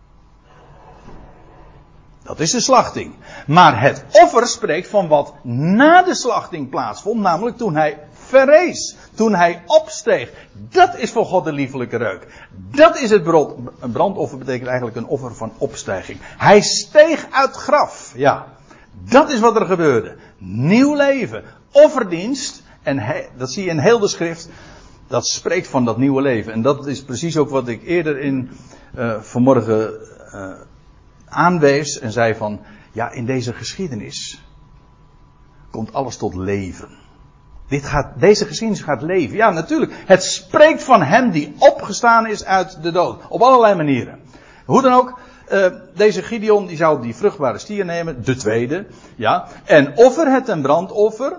Dat is de slachting. Maar het offer spreekt van wat na de slachting plaatsvond. Namelijk toen hij verrees. Toen hij opsteeg. Dat is voor God de liefelijke reuk. Dat is het brand. Een brandoffer betekent eigenlijk een offer van opstijging. Hij steeg uit het graf. Ja. Dat is wat er gebeurde. Nieuw leven. Offerdienst. En hij, dat zie je in heel de schrift. Dat spreekt van dat nieuwe leven. En dat is precies ook wat ik eerder in uh, vanmorgen uh, aanwees en zei van, ja, in deze geschiedenis komt alles tot leven. Dit gaat, deze geschiedenis gaat leven. Ja, natuurlijk. Het spreekt van hem die opgestaan is uit de dood. Op allerlei manieren. Hoe dan ook, uh, deze Gideon die zou die vruchtbare stier nemen, de tweede, ja, en offer het een brandoffer.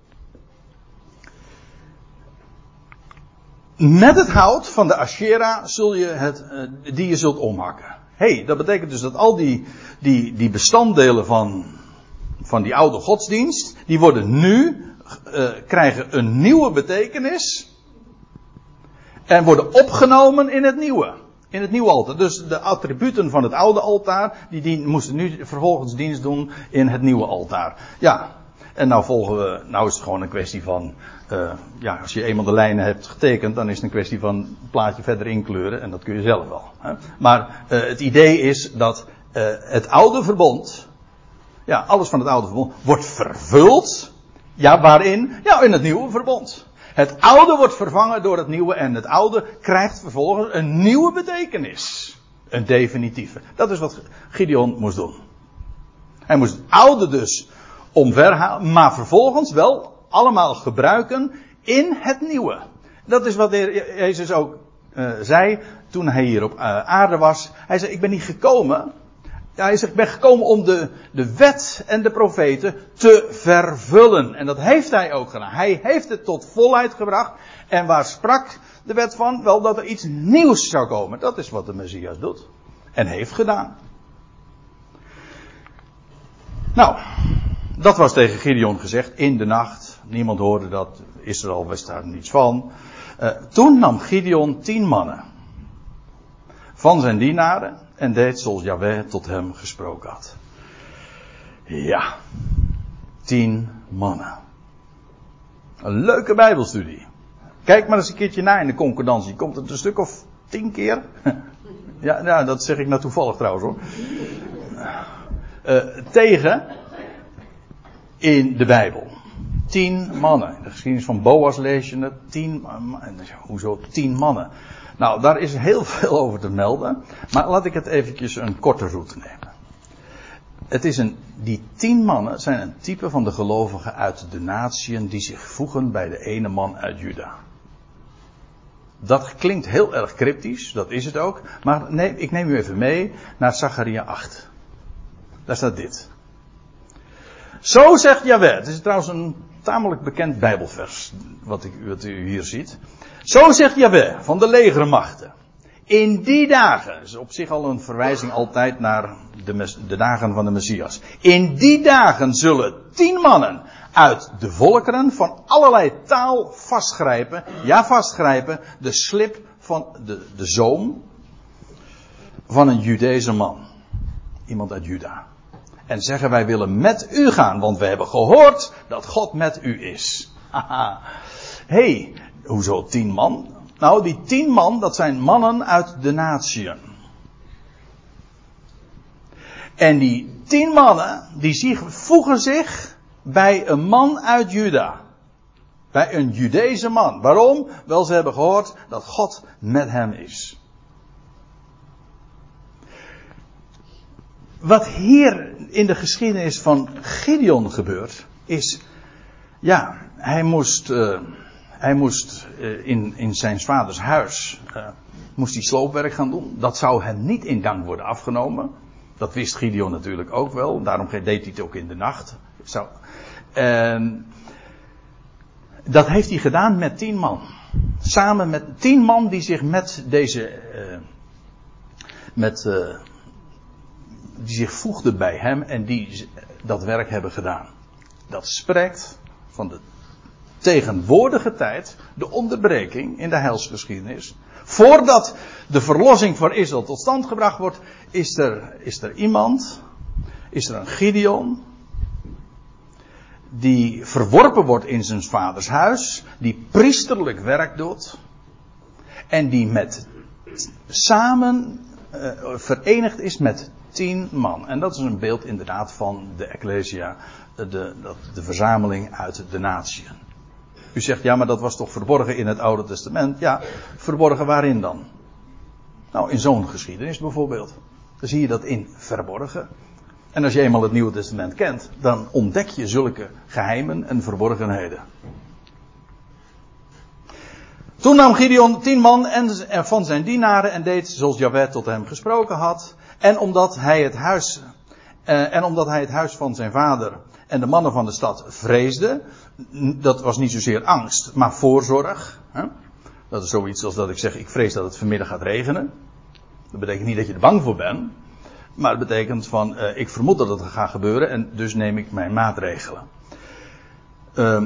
Met het hout van de Ashera zul je het, uh, die je zult omhakken. Hé, hey, dat betekent dus dat al die, die, die bestanddelen van, van die oude godsdienst, die worden nu, uh, krijgen een nieuwe betekenis. En worden opgenomen in het nieuwe. In het nieuwe altaar. Dus de attributen van het oude altaar, die dien, moesten nu vervolgens dienst doen in het nieuwe altaar. Ja, en nou volgen we, nou is het gewoon een kwestie van, uh, ja, als je eenmaal de lijnen hebt getekend, dan is het een kwestie van een plaatje verder inkleuren en dat kun je zelf wel. Hè? Maar uh, het idee is dat uh, het oude verbond, ja, alles van het oude verbond, wordt vervuld. Ja, waarin? Ja, in het nieuwe verbond. Het oude wordt vervangen door het nieuwe en het oude krijgt vervolgens een nieuwe betekenis. Een definitieve. Dat is wat Gideon moest doen. Hij moest het oude dus omverhalen, maar vervolgens wel allemaal gebruiken in het nieuwe. Dat is wat de Heer Jezus ook uh, zei toen hij hier op uh, aarde was. Hij zei, ik ben niet gekomen. Ja, hij zegt, ik ben gekomen om de, de wet en de profeten te vervullen. En dat heeft hij ook gedaan. Hij heeft het tot volheid gebracht. En waar sprak de wet van? Wel, dat er iets nieuws zou komen. Dat is wat de Messias doet. En heeft gedaan. Nou, dat was tegen Gideon gezegd in de nacht. Niemand hoorde dat. Israël wist daar niets van. Uh, toen nam Gideon tien mannen van zijn dienaren en deed zoals Jahweh tot hem gesproken had. Ja, tien mannen. Een leuke bijbelstudie. Kijk maar eens een keertje na in de concordantie. Komt het een stuk of tien keer? Ja, ja, dat zeg ik nou toevallig trouwens hoor. Uh, tegen in de Bijbel. Tien mannen. In de geschiedenis van Boas lees je het. Tien, hoezo tien mannen? Nou, daar is heel veel over te melden. Maar laat ik het eventjes een korte route nemen. Het is een, die tien mannen zijn een type van de gelovigen uit de natieën die zich voegen bij de ene man uit Juda. Dat klinkt heel erg cryptisch, dat is het ook. Maar nee, ik neem u even mee naar Zacharia acht. Daar staat dit. Zo zegt Jahweh. Het is trouwens een tamelijk bekend Bijbelvers, wat, ik, wat u hier ziet. Zo zegt Jahweh van de legermachten. In die dagen, is op zich al een verwijzing altijd naar de, de dagen van de Messias. In die dagen zullen tien mannen uit de volkeren van allerlei taal vastgrijpen. Ja, vastgrijpen. De slip van de, de zoom van een Judese man. Iemand uit Juda. En zeggen wij willen met u gaan, want we hebben gehoord dat God met u is. Haha. Hé, hey, hoezo tien man? Nou, die tien man, dat zijn mannen uit de natieën. En die tien mannen, die zich, voegen zich bij een man uit Juda. Bij een Judese man. Waarom? Wel, ze hebben gehoord dat God met hem is. Wat hier in de geschiedenis van Gideon gebeurt, is, ja, hij moest, uh, hij moest uh, in, in zijn vaders huis, uh, moest hij sloopwerk gaan doen. Dat zou hem niet in dank worden afgenomen. Dat wist Gideon natuurlijk ook wel, daarom deed hij het ook in de nacht. Zo. En dat heeft hij gedaan met tien man. Samen met tien man die zich met deze, uh, met, uh, die zich voegden bij hem en die dat werk hebben gedaan. Dat spreekt van de tegenwoordige tijd, de onderbreking in de heilsgeschiedenis. Voordat de verlossing voor Israël tot stand gebracht wordt, is er, is er iemand, is er een Gideon, die verworpen wordt in zijn vaders huis, die priesterlijk werk doet, en die met samen uh, verenigd is met tien man. En dat is een beeld inderdaad van de Ecclesia, de, de, de verzameling uit de natieën. U zegt, ja, maar dat was toch verborgen in het Oude Testament? Ja, verborgen waarin dan? Nou, in zo'n geschiedenis bijvoorbeeld. Dan zie je dat in verborgen. En als je eenmaal het Nieuwe Testament kent, dan ontdek je zulke geheimen en verborgenheden. Toen nam Gideon tien man en van zijn dienaren en deed zoals Jahweh tot hem gesproken had. En omdat hij het huis, eh, en omdat hij het huis van zijn vader en de mannen van de stad vreesde, dat was niet zozeer angst, maar voorzorg. Hè? Dat is zoiets als dat ik zeg, ik vrees dat het vanmiddag gaat regenen. Dat betekent niet dat je er bang voor bent. Maar het betekent van, uh, ik vermoed dat het gaat gebeuren en dus neem ik mijn maatregelen. Uh,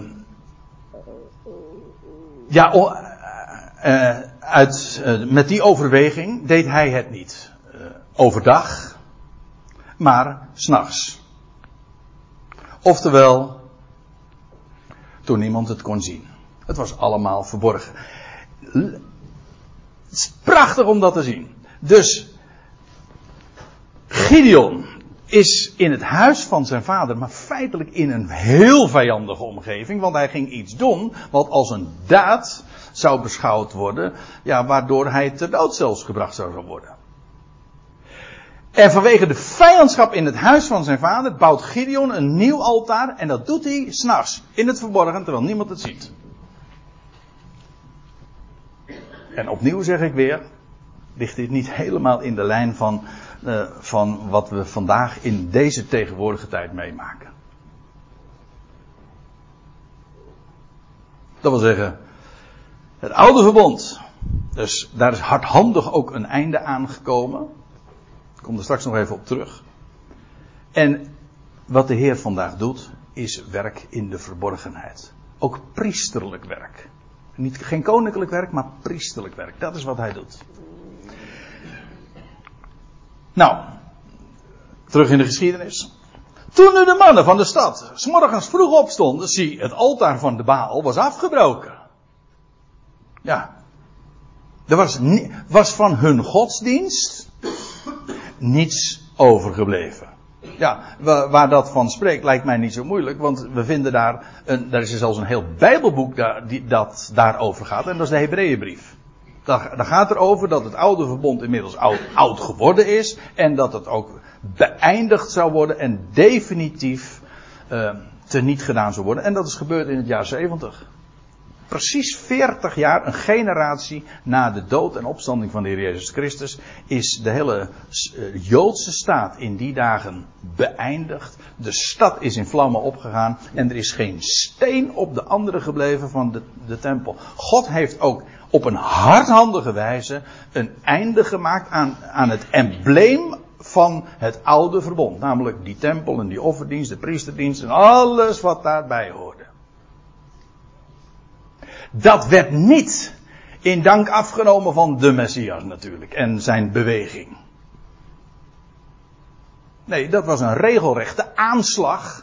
ja, uh, uh, uit, uh, met die overweging deed hij het niet uh, overdag, maar 's nachts. Oftewel, toen niemand het kon zien. Het was allemaal verborgen. Het is prachtig om dat te zien. Dus Gideon is in het huis van zijn vader, maar feitelijk in een heel vijandige omgeving, want hij ging iets doen wat als een daad zou beschouwd worden, ja, waardoor hij ter dood zelfs gebracht zou worden. En vanwege de vijandschap in het huis van zijn vader bouwt Gideon een nieuw altaar en dat doet hij 's nachts in het verborgen terwijl niemand het ziet. En opnieuw zeg ik weer, ligt dit niet helemaal in de lijn van, uh, van wat we vandaag in deze tegenwoordige tijd meemaken. Dat wil zeggen, het oude verbond, dus daar is hardhandig ook een einde aan gekomen. Ik kom er straks nog even op terug. En wat de Heer vandaag doet, is werk in de verborgenheid. Ook priesterlijk werk. Niet, geen koninklijk werk, maar priesterlijk werk. Dat is wat hij doet. Nou, terug in de geschiedenis. Toen nu de mannen van de stad 's morgens vroeg opstonden, zie, het altaar van de Baal was afgebroken. Ja. Er was, ni- was van hun godsdienst niets overgebleven. Ja, waar, waar dat van spreekt lijkt mij niet zo moeilijk, want we vinden daar, een, daar is er zelfs een heel Bijbelboek daar, die, dat daarover gaat, en dat is de Hebreeënbrief. Daar, daar gaat er over dat het oude verbond inmiddels oud, oud geworden is, en dat het ook beëindigd zou worden en definitief uh, teniet gedaan zou worden. En dat is gebeurd in het jaar zeventig. Precies veertig jaar, een generatie na de dood en opstanding van de Heer Jezus Christus, is de hele uh, Joodse staat in die dagen beëindigd. De stad is in vlammen opgegaan en er is geen steen op de andere gebleven van de, de tempel. God heeft ook op een hardhandige wijze een einde gemaakt aan, aan het embleem van het oude verbond. Namelijk die tempel en die offerdienst, de priesterdienst en alles wat daarbij hoorde. Dat werd niet in dank afgenomen van de Messias natuurlijk en zijn beweging. Nee, dat was een regelrechte aanslag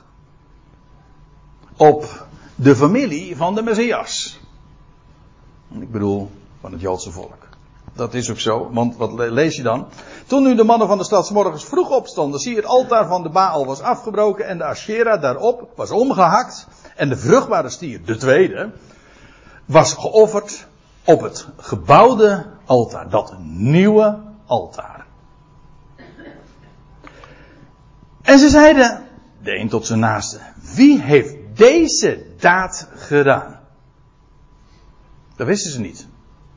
op de familie van de Messias. Ik bedoel, van het Joodse volk. Dat is ook zo, want wat lees je dan? Toen nu de mannen van de stad 's morgens vroeg opstonden, zie het altaar van de Baal was afgebroken en de Asherah daarop was omgehakt en de vruchtbare stier, de tweede, was geofferd op het gebouwde altaar, dat nieuwe altaar. En ze zeiden, de een tot zijn naaste, wie heeft deze daad gedaan? Dat wisten ze niet.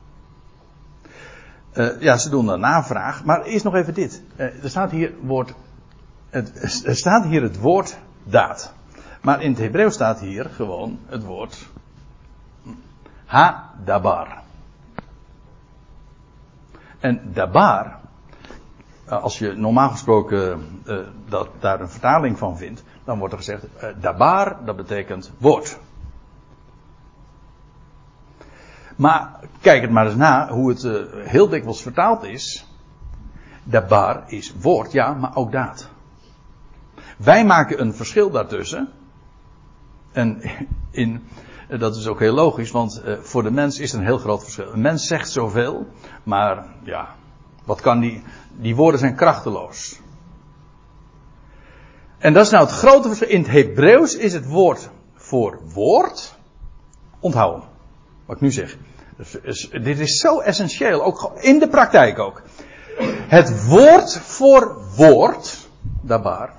Uh, ja, ze doen een navraag, maar eerst nog even dit. Uh, er staat hier woord, het, er staat hier het woord daad. Maar in het Hebreeuws staat hier gewoon het woord ha-dabar. En dabar, als je normaal gesproken uh, dat, daar een vertaling van vindt, dan wordt er gezegd, uh, dabar, dat betekent woord. Maar kijk het maar eens na hoe het uh, heel dikwijls vertaald is. Dabar is woord, ja, maar ook daad. Wij maken een verschil daartussen. En in, dat is ook heel logisch, want uh, voor de mens is er een heel groot verschil. Een mens zegt zoveel, maar ja, wat kan die? Die woorden zijn krachteloos. En dat is nou het grote verschil. In het Hebreeuws is het woord voor woord. Onthoud hem, wat ik nu zeg. Dit is zo essentieel, ook in de praktijk ook. Het woord voor woord, dabar,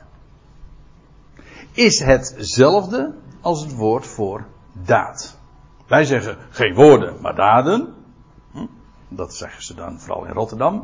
is hetzelfde als het woord voor daad. Wij zeggen geen woorden, maar daden. Dat zeggen ze dan vooral in Rotterdam.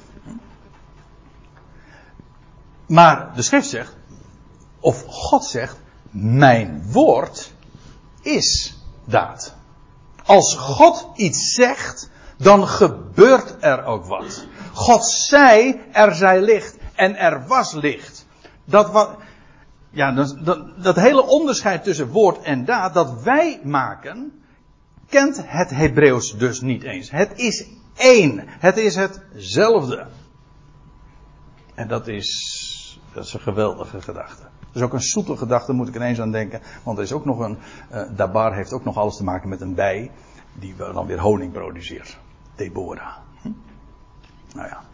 Maar de schrift zegt, of God zegt, mijn woord is daad. Als God iets zegt, dan gebeurt er ook wat. God zei, er zij licht en er was licht. Dat wat, ja, dat, dat, dat hele onderscheid tussen woord en daad dat wij maken, kent het Hebreeuws dus niet eens. Het is één. Het is hetzelfde. En dat is, dat is een geweldige gedachte. Dat is ook een zoete gedachte, moet ik ineens aan denken. Want er is ook nog een, uh, dabar heeft ook nog alles te maken met een bij, die dan weer honing produceert. Deborah. Hm? Nou ja.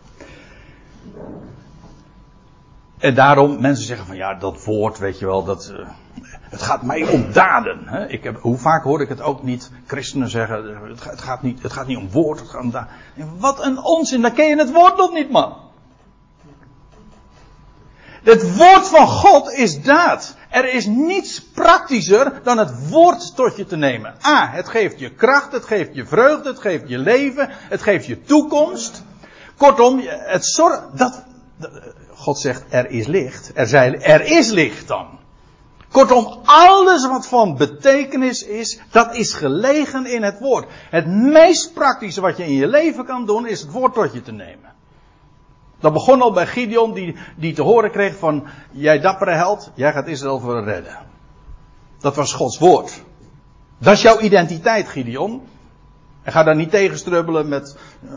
En daarom, mensen zeggen van ja, dat woord, weet je wel, dat, uh, het gaat mij om daden. Hè? Ik heb, hoe vaak hoor ik het ook niet, christenen zeggen, het gaat, het gaat, niet, het gaat niet om woord, het gaat om daden. Wat een onzin, dan ken je het woord nog niet, man. Het woord van God is daad. Er is niets praktischer dan het woord tot je te nemen. A, het geeft je kracht, het geeft je vreugde, het geeft je leven, het geeft je toekomst. Kortom, het zorgt dat, God zegt er is licht. Er, zei, er is licht dan. Kortom, alles wat van betekenis is, dat is gelegen in het woord. Het meest praktische wat je in je leven kan doen, is het woord tot je te nemen. Dat begon al bij Gideon, die, die te horen kreeg van, jij dappere held, jij gaat Israël redden. Dat was Gods woord. Dat is jouw identiteit, Gideon. En ga daar niet tegen strubbelen met...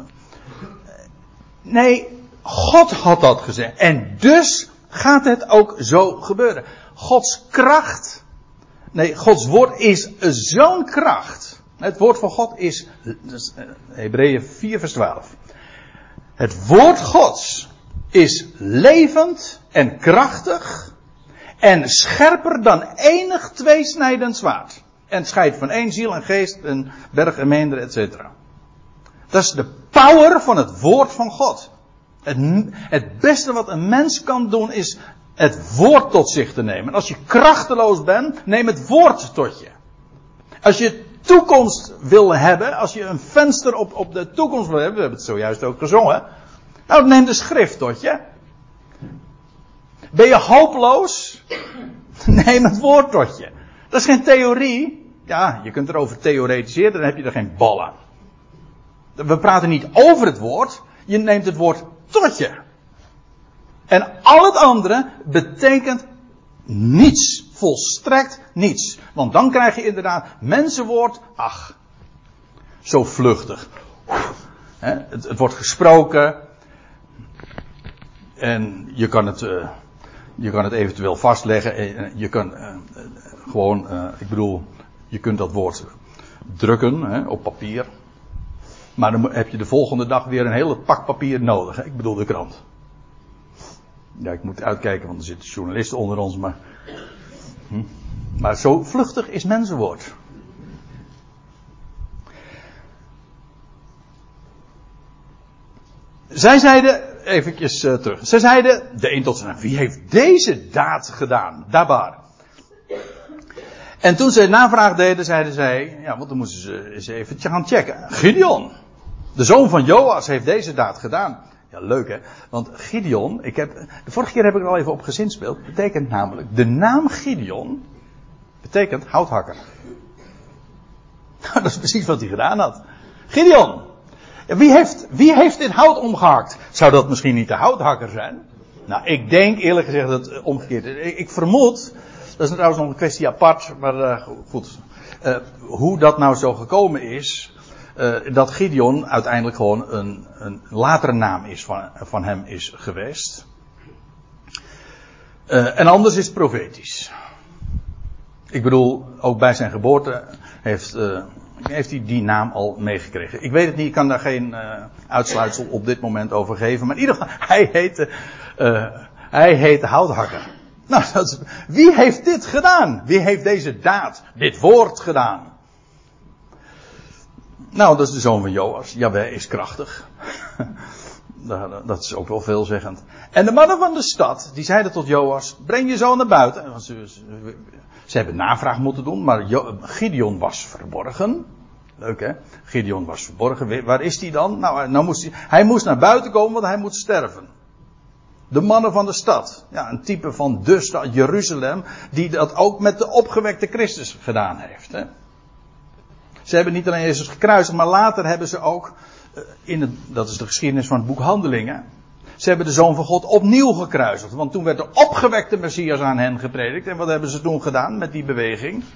Nee, God had dat gezegd. En dus gaat het ook zo gebeuren. Gods kracht, nee, Gods woord is zo'n kracht. Het woord van God is, dus Hebreeën vier vers twaalf. Het woord Gods is levend en krachtig en scherper dan enig tweesnijdend zwaard. En scheidt van één ziel en geest en berg en meender, et cetera. Dat is de power van het woord van God. Het, het beste wat een mens kan doen is het woord tot zich te nemen. En als je krachteloos bent, neem het woord tot je. Als je toekomst wil hebben, als je een venster op, op de toekomst wil hebben, we hebben het zojuist ook gezongen. Nou, neem de schrift tot je. Ben je hopeloos? Neem het woord tot je. Dat is geen theorie. Ja, je kunt erover theoretiseren, dan heb je er geen bal aan. We praten niet over het woord, je neemt het woord tot je. En al het andere betekent niets. Volstrekt niets. Want dan krijg je inderdaad mensenwoord, ach, zo vluchtig. He, het, het wordt gesproken. En je kan het, uh, je kan het eventueel vastleggen. Je kan uh, gewoon, uh, ik bedoel, je kunt dat woord drukken hè, op papier. Maar dan heb je de volgende dag weer een hele pak papier nodig. Hè? Ik bedoel de krant. Ja, ik moet uitkijken, want er zitten journalisten onder ons. Maar, hm. maar zo vluchtig is mensenwoord. Zij zeiden, eventjes uh, terug. Zij zeiden, de een tot zijn naam, wie heeft deze daad gedaan? Dabar. En toen zij navraag deden, zeiden zij, ja, want dan moesten ze eens even gaan checken. Gideon, de zoon van Joas, heeft deze daad gedaan. Ja, leuk hè. Want Gideon, ik heb, de vorige keer heb ik er al even op gezinspeeld, betekent namelijk, de naam Gideon, betekent houthakker. Nou, dat is precies wat hij gedaan had. Gideon, wie heeft, wie heeft dit hout omgehakt? Zou dat misschien niet de houthakker zijn? Nou, ik denk eerlijk gezegd dat het omgekeerd is. Ik, ik vermoed, dat is trouwens nog een kwestie apart, maar uh, goed. Uh, hoe dat nou zo gekomen is, uh, dat Gideon uiteindelijk gewoon een, een latere naam is van, van hem is geweest. Uh, en anders is het profetisch. Ik bedoel, ook bij zijn geboorte heeft, uh, heeft hij die naam al meegekregen. Ik weet het niet, ik kan daar geen uh, uitsluitsel op dit moment over geven. Maar in ieder geval, hij heette, uh, hij heette houthakker. Nou, dat is, wie heeft dit gedaan? Wie heeft deze daad, dit woord gedaan? Nou, dat is de zoon van Joas. Jaweh is krachtig. Dat is ook wel veelzeggend. En de mannen van de stad, die zeiden tot Joas, breng je zoon naar buiten. Want ze, ze, ze hebben navraag moeten doen, maar jo, Gideon was verborgen. Leuk hè? Gideon was verborgen. Waar is hij dan? Nou, nou moest hij, hij moest naar buiten komen, want hij moet sterven. De mannen van de stad. Ja, een type van de stad, Jeruzalem, die dat ook met de opgewekte Christus gedaan heeft. Hè? Ze hebben niet alleen Jezus gekruisigd, maar later hebben ze ook, in het, dat is de geschiedenis van het boek Handelingen, ze hebben de Zoon van God opnieuw gekruisigd. Want toen werd de opgewekte Messias aan hen gepredikt. En wat hebben ze toen gedaan met die beweging?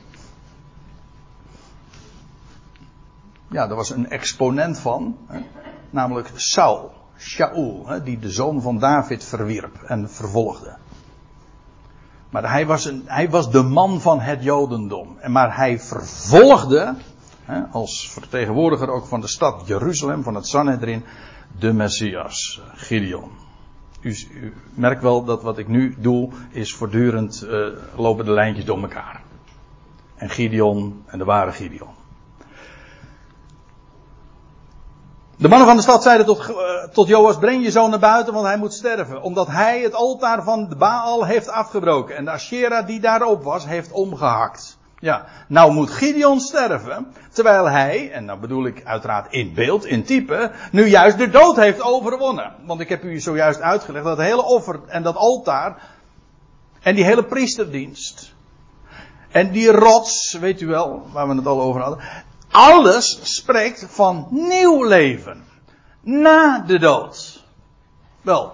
Ja, er was een exponent van, hè, namelijk Saul. Shaul, die de zoon van David verwierp en vervolgde. Maar hij was, een, hij was de man van het Jodendom. Maar hij vervolgde, als vertegenwoordiger ook van de stad Jeruzalem, van het Sanhedrin, de Messias, Gideon. U, u merkt wel dat wat ik nu doe, is voortdurend uh, lopen de lijntjes door elkaar. En Gideon en de ware Gideon. De mannen van de stad zeiden tot, uh, tot Joas, breng je zoon naar buiten, want hij moet sterven. Omdat hij het altaar van de Baal heeft afgebroken. En de Asherah die daarop was, heeft omgehakt. Ja, nou moet Gideon sterven. Terwijl hij, en nou bedoel ik uiteraard in beeld, in type, nu juist de dood heeft overwonnen. Want ik heb u zojuist uitgelegd dat het hele offer en dat altaar. En die hele priesterdienst. En die rots, weet u wel, waar we het al over hadden. Alles spreekt van nieuw leven. Na de dood. Wel.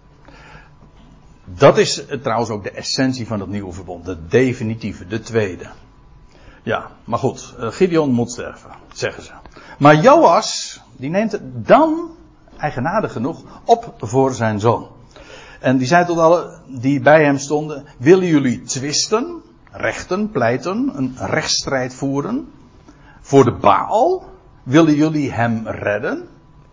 Dat is trouwens ook de essentie van het nieuwe verbond. De definitieve, de tweede. Ja, maar goed. Gideon moet sterven, zeggen ze. Maar Joas, die neemt het dan, eigenaardig genoeg, op voor zijn zoon. En die zei tot alle die bij hem stonden, willen jullie twisten, rechten, pleiten, een rechtsstrijd voeren? voor de Baal? Willen jullie hem redden?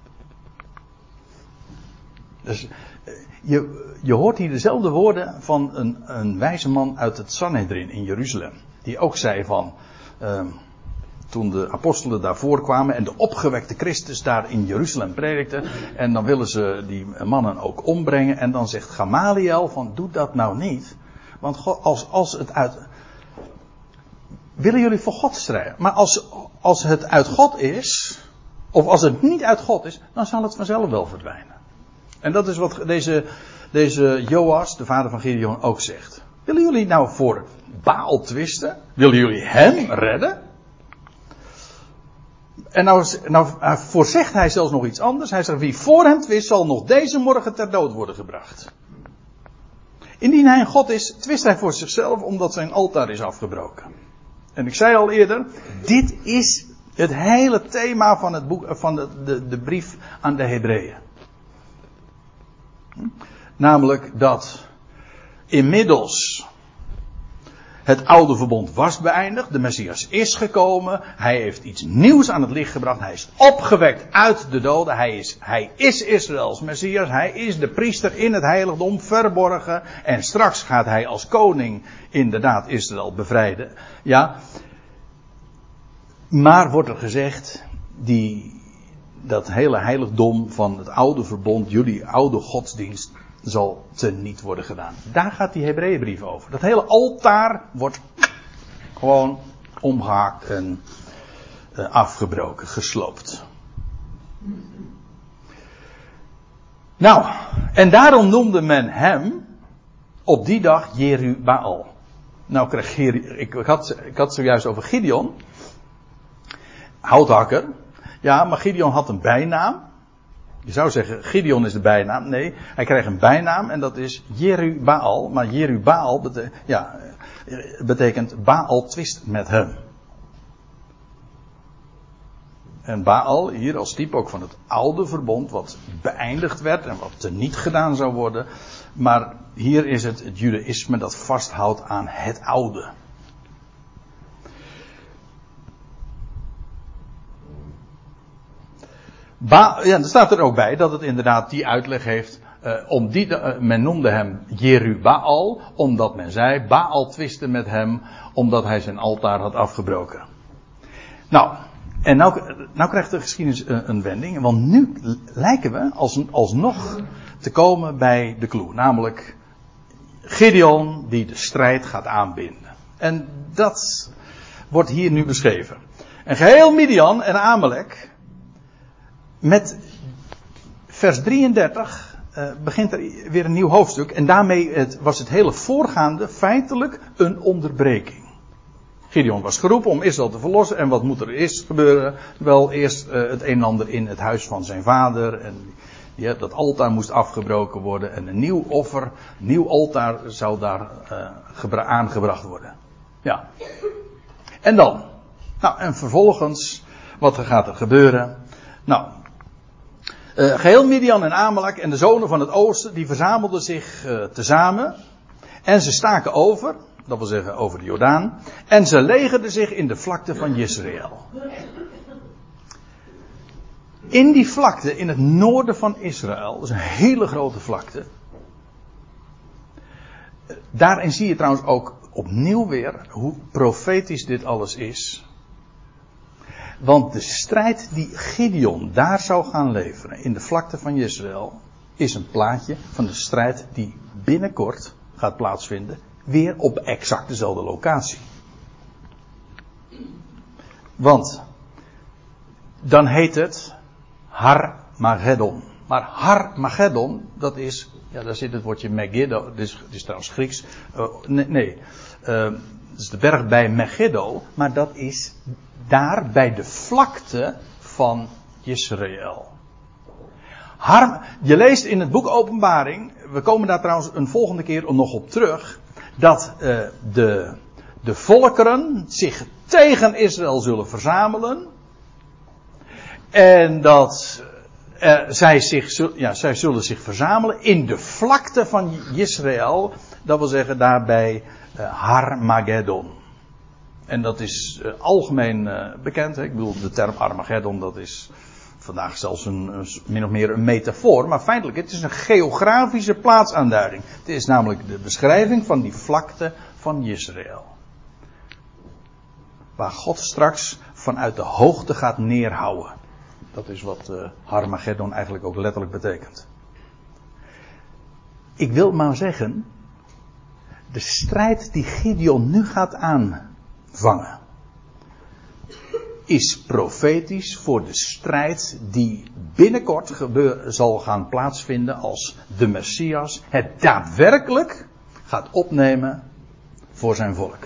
Dus je, je hoort hier dezelfde woorden van een, een wijze man uit het Sanhedrin in Jeruzalem. Die ook zei van, uh, toen de apostelen daarvoor kwamen en de opgewekte Christus daar in Jeruzalem predikte. En dan willen ze die mannen ook ombrengen. En dan zegt Gamaliel van, doe dat nou niet. Want God, als, als het uit... Willen jullie voor God strijden? Maar als, als het uit God is, of als het niet uit God is, dan zal het vanzelf wel verdwijnen. En dat is wat deze, deze Joas, de vader van Gideon, ook zegt. Willen jullie nou voor Baal twisten? Willen jullie hem redden? En nou, nou voorzegt hij zelfs nog iets anders. Hij zegt, wie voor hem twist, zal nog deze morgen ter dood worden gebracht. Indien hij een God is, twist hij voor zichzelf, omdat zijn altaar is afgebroken. En ik zei al eerder, dit is het hele thema van, het boek, van de, de, de brief aan de Hebreeën. Namelijk dat inmiddels het oude verbond was beëindigd. De Messias is gekomen. Hij heeft iets nieuws aan het licht gebracht. Hij is opgewekt uit de doden. Hij is, hij is Israëls Messias. Hij is de priester in het heiligdom verborgen. En straks gaat hij als koning inderdaad Israël bevrijden. Ja. Maar wordt er gezegd, die, dat hele heiligdom van het oude verbond, jullie oude godsdienst, zal teniet worden gedaan. Daar gaat die Hebreeënbrief over. Dat hele altaar wordt gewoon omgehaakt en uh, afgebroken, gesloopt. Nou, en daarom noemde men hem op die dag Jeru-Baal. Nou kreeg Jer- ik, ik, had, ik had het zojuist over Gideon. Houthakker. Ja, maar Gideon had een bijnaam. Je zou zeggen, Gideon is de bijnaam. Nee, hij krijgt een bijnaam en dat is Jeru-Baal. Maar Jeru-Baal bete- ja, betekent Baal twist met hem. En Baal, hier als type ook van het oude verbond, wat beëindigd werd en wat teniet gedaan zou worden. Maar hier is het het judaïsme dat vasthoudt aan het oude. Ba- ja, er staat er ook bij dat het inderdaad die uitleg heeft. Uh, om die, uh, men noemde hem Jeru-Baal, omdat men zei, Baal twiste met hem, omdat hij zijn altaar had afgebroken. Nou, en nou, nou krijgt de geschiedenis een, een wending, want nu lijken we als, alsnog te komen bij de clue, namelijk Gideon die de strijd gaat aanbinden. En dat wordt hier nu beschreven. En geheel Midian en Amalek, met vers drieëndertig uh, begint er weer een nieuw hoofdstuk. En daarmee het, was het hele voorgaande feitelijk een onderbreking. Gideon was geroepen om Israël te verlossen. En wat moet er eerst gebeuren? Wel eerst uh, het een en ander in het huis van zijn vader. En ja, dat altaar moest afgebroken worden. En een nieuw offer, een nieuw altaar zou daar uh, gebra- aangebracht worden. Ja. En dan? Nou, en vervolgens, wat gaat er gebeuren? Nou, uh, geheel Midian en Amalek en de zonen van het oosten, die verzamelden zich uh, tezamen. En ze staken over, dat wil zeggen over de Jordaan. En ze legerden zich in de vlakte van Jezreel. In die vlakte, in het noorden van Israël, dat is een hele grote vlakte. Daarin zie je trouwens ook opnieuw weer hoe profetisch dit alles is. Want de strijd die Gideon daar zou gaan leveren in de vlakte van Jezreel is een plaatje van de strijd die binnenkort gaat plaatsvinden, weer op exact dezelfde locatie. Want dan heet het Har-Mageddon. Maar Har-Mageddon, dat is, ja, daar zit het woordje Megiddo, dit is, dit is trouwens Grieks. Uh, nee, nee. Uh, dat is de berg bij Megiddo, maar dat is daar bij de vlakte van Jezreel. Har, je leest in het boek Openbaring, we komen daar trouwens een volgende keer nog op terug, dat uh, de, de volkeren zich tegen Israël zullen verzamelen. En dat uh, zij, zich, ja, zij zullen zich verzamelen in de vlakte van Jezreel. Dat wil zeggen daarbij uh, Har-Mageddon. En dat is uh, algemeen uh, bekend. Hè? Ik bedoel, de term Armageddon, dat is vandaag zelfs een, een, min of meer een metafoor. Maar feitelijk, het is een geografische plaatsaanduiding. Het is namelijk de beschrijving van die vlakte van Israël. Waar God straks vanuit de hoogte gaat neerhouwen. Dat is wat uh, Armageddon eigenlijk ook letterlijk betekent. Ik wil maar zeggen, de strijd die Gideon nu gaat aanvangen, is profetisch voor de strijd die binnenkort gebeur, zal gaan plaatsvinden als de Messias het daadwerkelijk gaat opnemen voor zijn volk.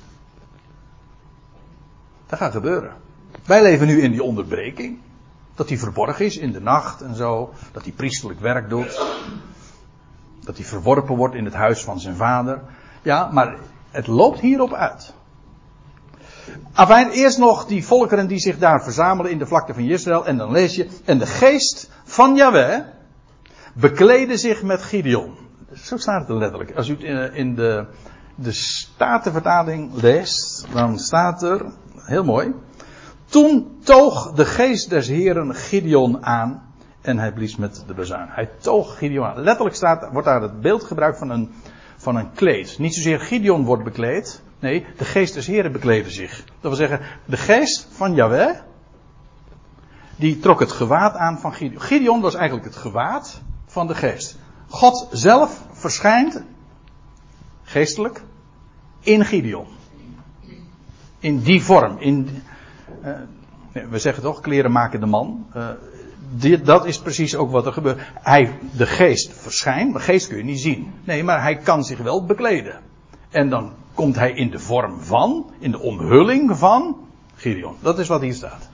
Dat gaat gebeuren. Wij leven nu in die onderbreking. Dat hij verborgen is in de nacht en zo. Dat hij priesterlijk werk doet. Dat hij verworpen wordt in het huis van zijn vader. Ja, maar het loopt hierop uit. Afijn, eerst nog die volkeren die zich daar verzamelen in de vlakte van Israël. En dan lees je, en de geest van Jahweh bekleedde zich met Gideon. Zo staat het er letterlijk. Als u het in de, de Statenvertaling leest, dan staat er, heel mooi. Toen toog de geest des Heren Gideon aan en hij blies met de bazuin. Hij toog Gideon aan. Letterlijk staat, wordt daar het beeld gebruikt van een, van een kleed. Niet zozeer Gideon wordt bekleed. Nee, de geest des Heren bekleedde zich. Dat wil zeggen, de geest van Jahweh, die trok het gewaad aan van Gideon. Gideon was eigenlijk het gewaad van de geest. God zelf verschijnt, geestelijk, in Gideon. In die vorm. In, uh, we zeggen toch, kleren maken de man. Uh, dit, dat is precies ook wat er gebeurt. Hij, de geest verschijnt, de geest kun je niet zien. Nee, maar hij kan zich wel bekleden. En dan komt hij in de vorm van, in de omhulling van Gideon. Dat is wat hier staat.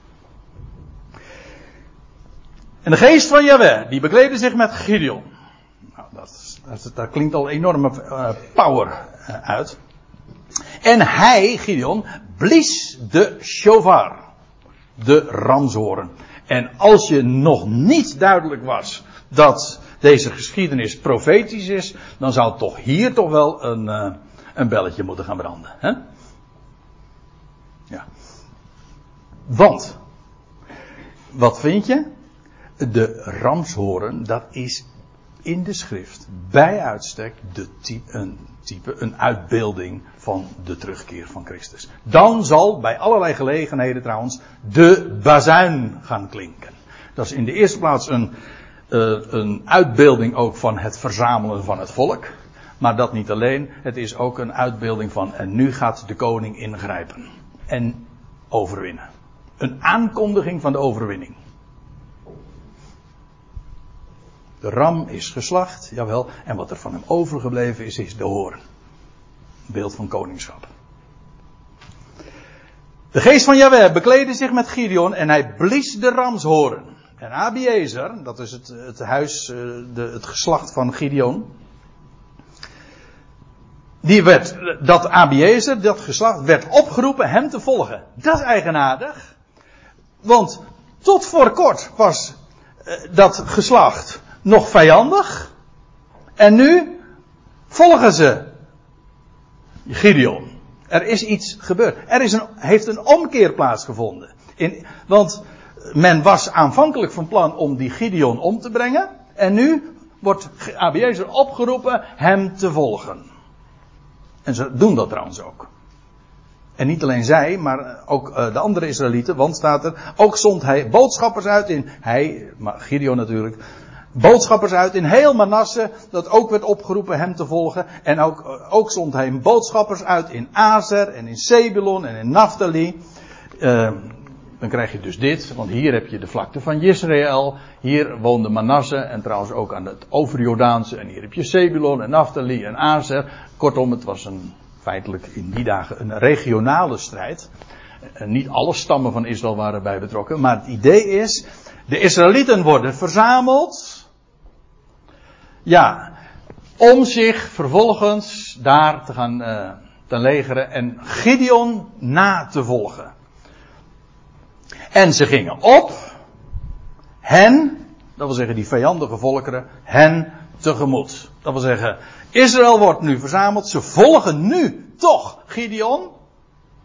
En de geest van Jahweh, die bekleedde zich met Gideon. Nou, dat, dat, dat klinkt al enorme uh, power uh, uit. En hij, Gideon, blies de shofar. De ramshoorn. En als je nog niet duidelijk was dat deze geschiedenis profetisch is, dan zou toch hier toch wel een, uh, een belletje moeten gaan branden. Hè? Ja. Want, wat vind je? De ramshoorn, dat is in de schrift bij uitstek de type, een type, een uitbeelding van de terugkeer van Christus. Dan zal bij allerlei gelegenheden trouwens de bazuin gaan klinken. Dat is in de eerste plaats een, uh, een uitbeelding ook van het verzamelen van het volk. Maar dat niet alleen, het is ook een uitbeelding van en nu gaat de koning ingrijpen. En overwinnen. Een aankondiging van de overwinning. De ram is geslacht, jawel. En wat er van hem overgebleven is, is de hoorn. Beeld van koningschap. De geest van Jahweh bekleedde zich met Gideon en hij blies de ramshoorn. En Abiezer, dat is het, het huis, de, het geslacht van Gideon. Die werd, dat Abiezer, dat geslacht, werd opgeroepen hem te volgen. Dat is eigenaardig. Want tot voor kort was uh, dat geslacht nog vijandig. En nu volgen ze Gideon. Er is iets gebeurd. Er is een, heeft een omkeer plaatsgevonden. In, want men was aanvankelijk van plan om die Gideon om te brengen. En nu wordt Abiezer opgeroepen hem te volgen. En ze doen dat trouwens ook. En niet alleen zij, maar ook uh, de andere Israëlieten. Want staat er, ook zond hij boodschappers uit in, hij, maar Gideon natuurlijk, boodschappers uit in heel Manasse, dat ook werd opgeroepen hem te volgen. En ook, uh, ook zond hij boodschappers uit in Azer en in Zebulon en in Naphtali. Uh, dan krijg je dus dit, want hier heb je de vlakte van Israël. Hier woonde Manasse en trouwens ook aan het overjordaanse. En hier heb je Zebulon en Naphtali en Azer. Kortom, het was een, feitelijk in die dagen een regionale strijd. En niet alle stammen van Israël waren bij betrokken. Maar het idee is, de Israëlieten worden verzameld. Ja, om zich vervolgens daar te gaan uh, te legeren en Gideon na te volgen. En ze gingen op hen, dat wil zeggen die vijandige volkeren, hen tegemoet. Dat wil zeggen, Israël wordt nu verzameld, ze volgen nu toch Gideon.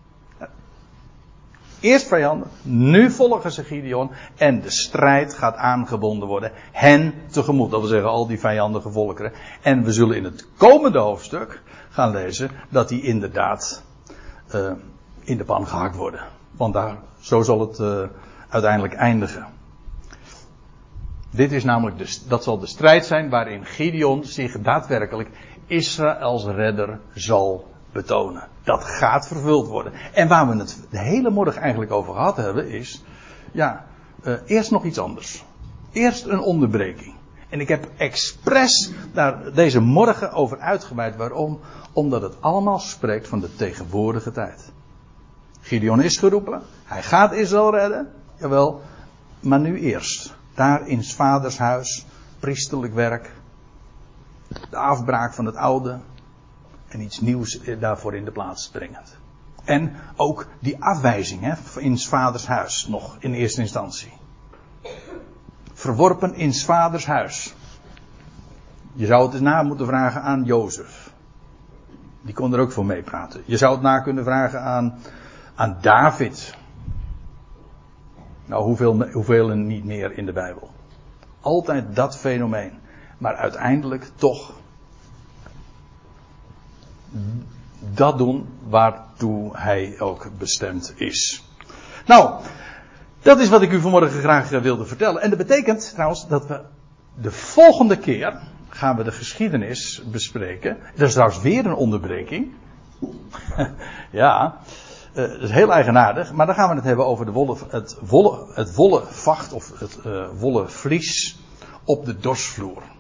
Eerst vijanden, nu volgen ze Gideon en de strijd gaat aangebonden worden. Hen tegemoet, dat wil zeggen al die vijandige volkeren. En we zullen in het komende hoofdstuk gaan lezen dat die inderdaad uh, in de pan gehakt worden. Want daar, zo zal het uh, uiteindelijk eindigen. Dit is namelijk de, dat zal de strijd zijn waarin Gideon zich daadwerkelijk Israëls redder zal betonen. Dat gaat vervuld worden. En waar we het de hele morgen eigenlijk over gehad hebben is, ja, uh, eerst nog iets anders. Eerst een onderbreking. En ik heb expres daar deze morgen over uitgebreid. Waarom? Omdat het allemaal spreekt van de tegenwoordige tijd. Gideon is geroepen. Hij gaat Israël redden. Jawel. Maar nu eerst. Daar in 's vaders huis. Priesterlijk werk. De afbraak van het oude. En iets nieuws daarvoor in de plaats brengend. En ook die afwijzing hè, in 's vaders huis. Nog in eerste instantie. Verworpen in 's vaders huis. Je zou het eens na moeten vragen aan Jozef. Die kon er ook voor meepraten. Je zou het na kunnen vragen aan, aan David. Nou, hoeveel, hoeveel niet meer in de Bijbel. Altijd dat fenomeen. Maar uiteindelijk toch dat doen waartoe hij ook bestemd is. Nou, dat is wat ik u vanmorgen graag wilde vertellen. En dat betekent trouwens dat we de volgende keer gaan we de geschiedenis bespreken. Dat is trouwens weer een onderbreking. Ja, uh, dat is heel eigenaardig. Maar dan gaan we het hebben over de wollen, het, wollen, het wollen vacht of het uh, wollen vlies op de dorsvloer.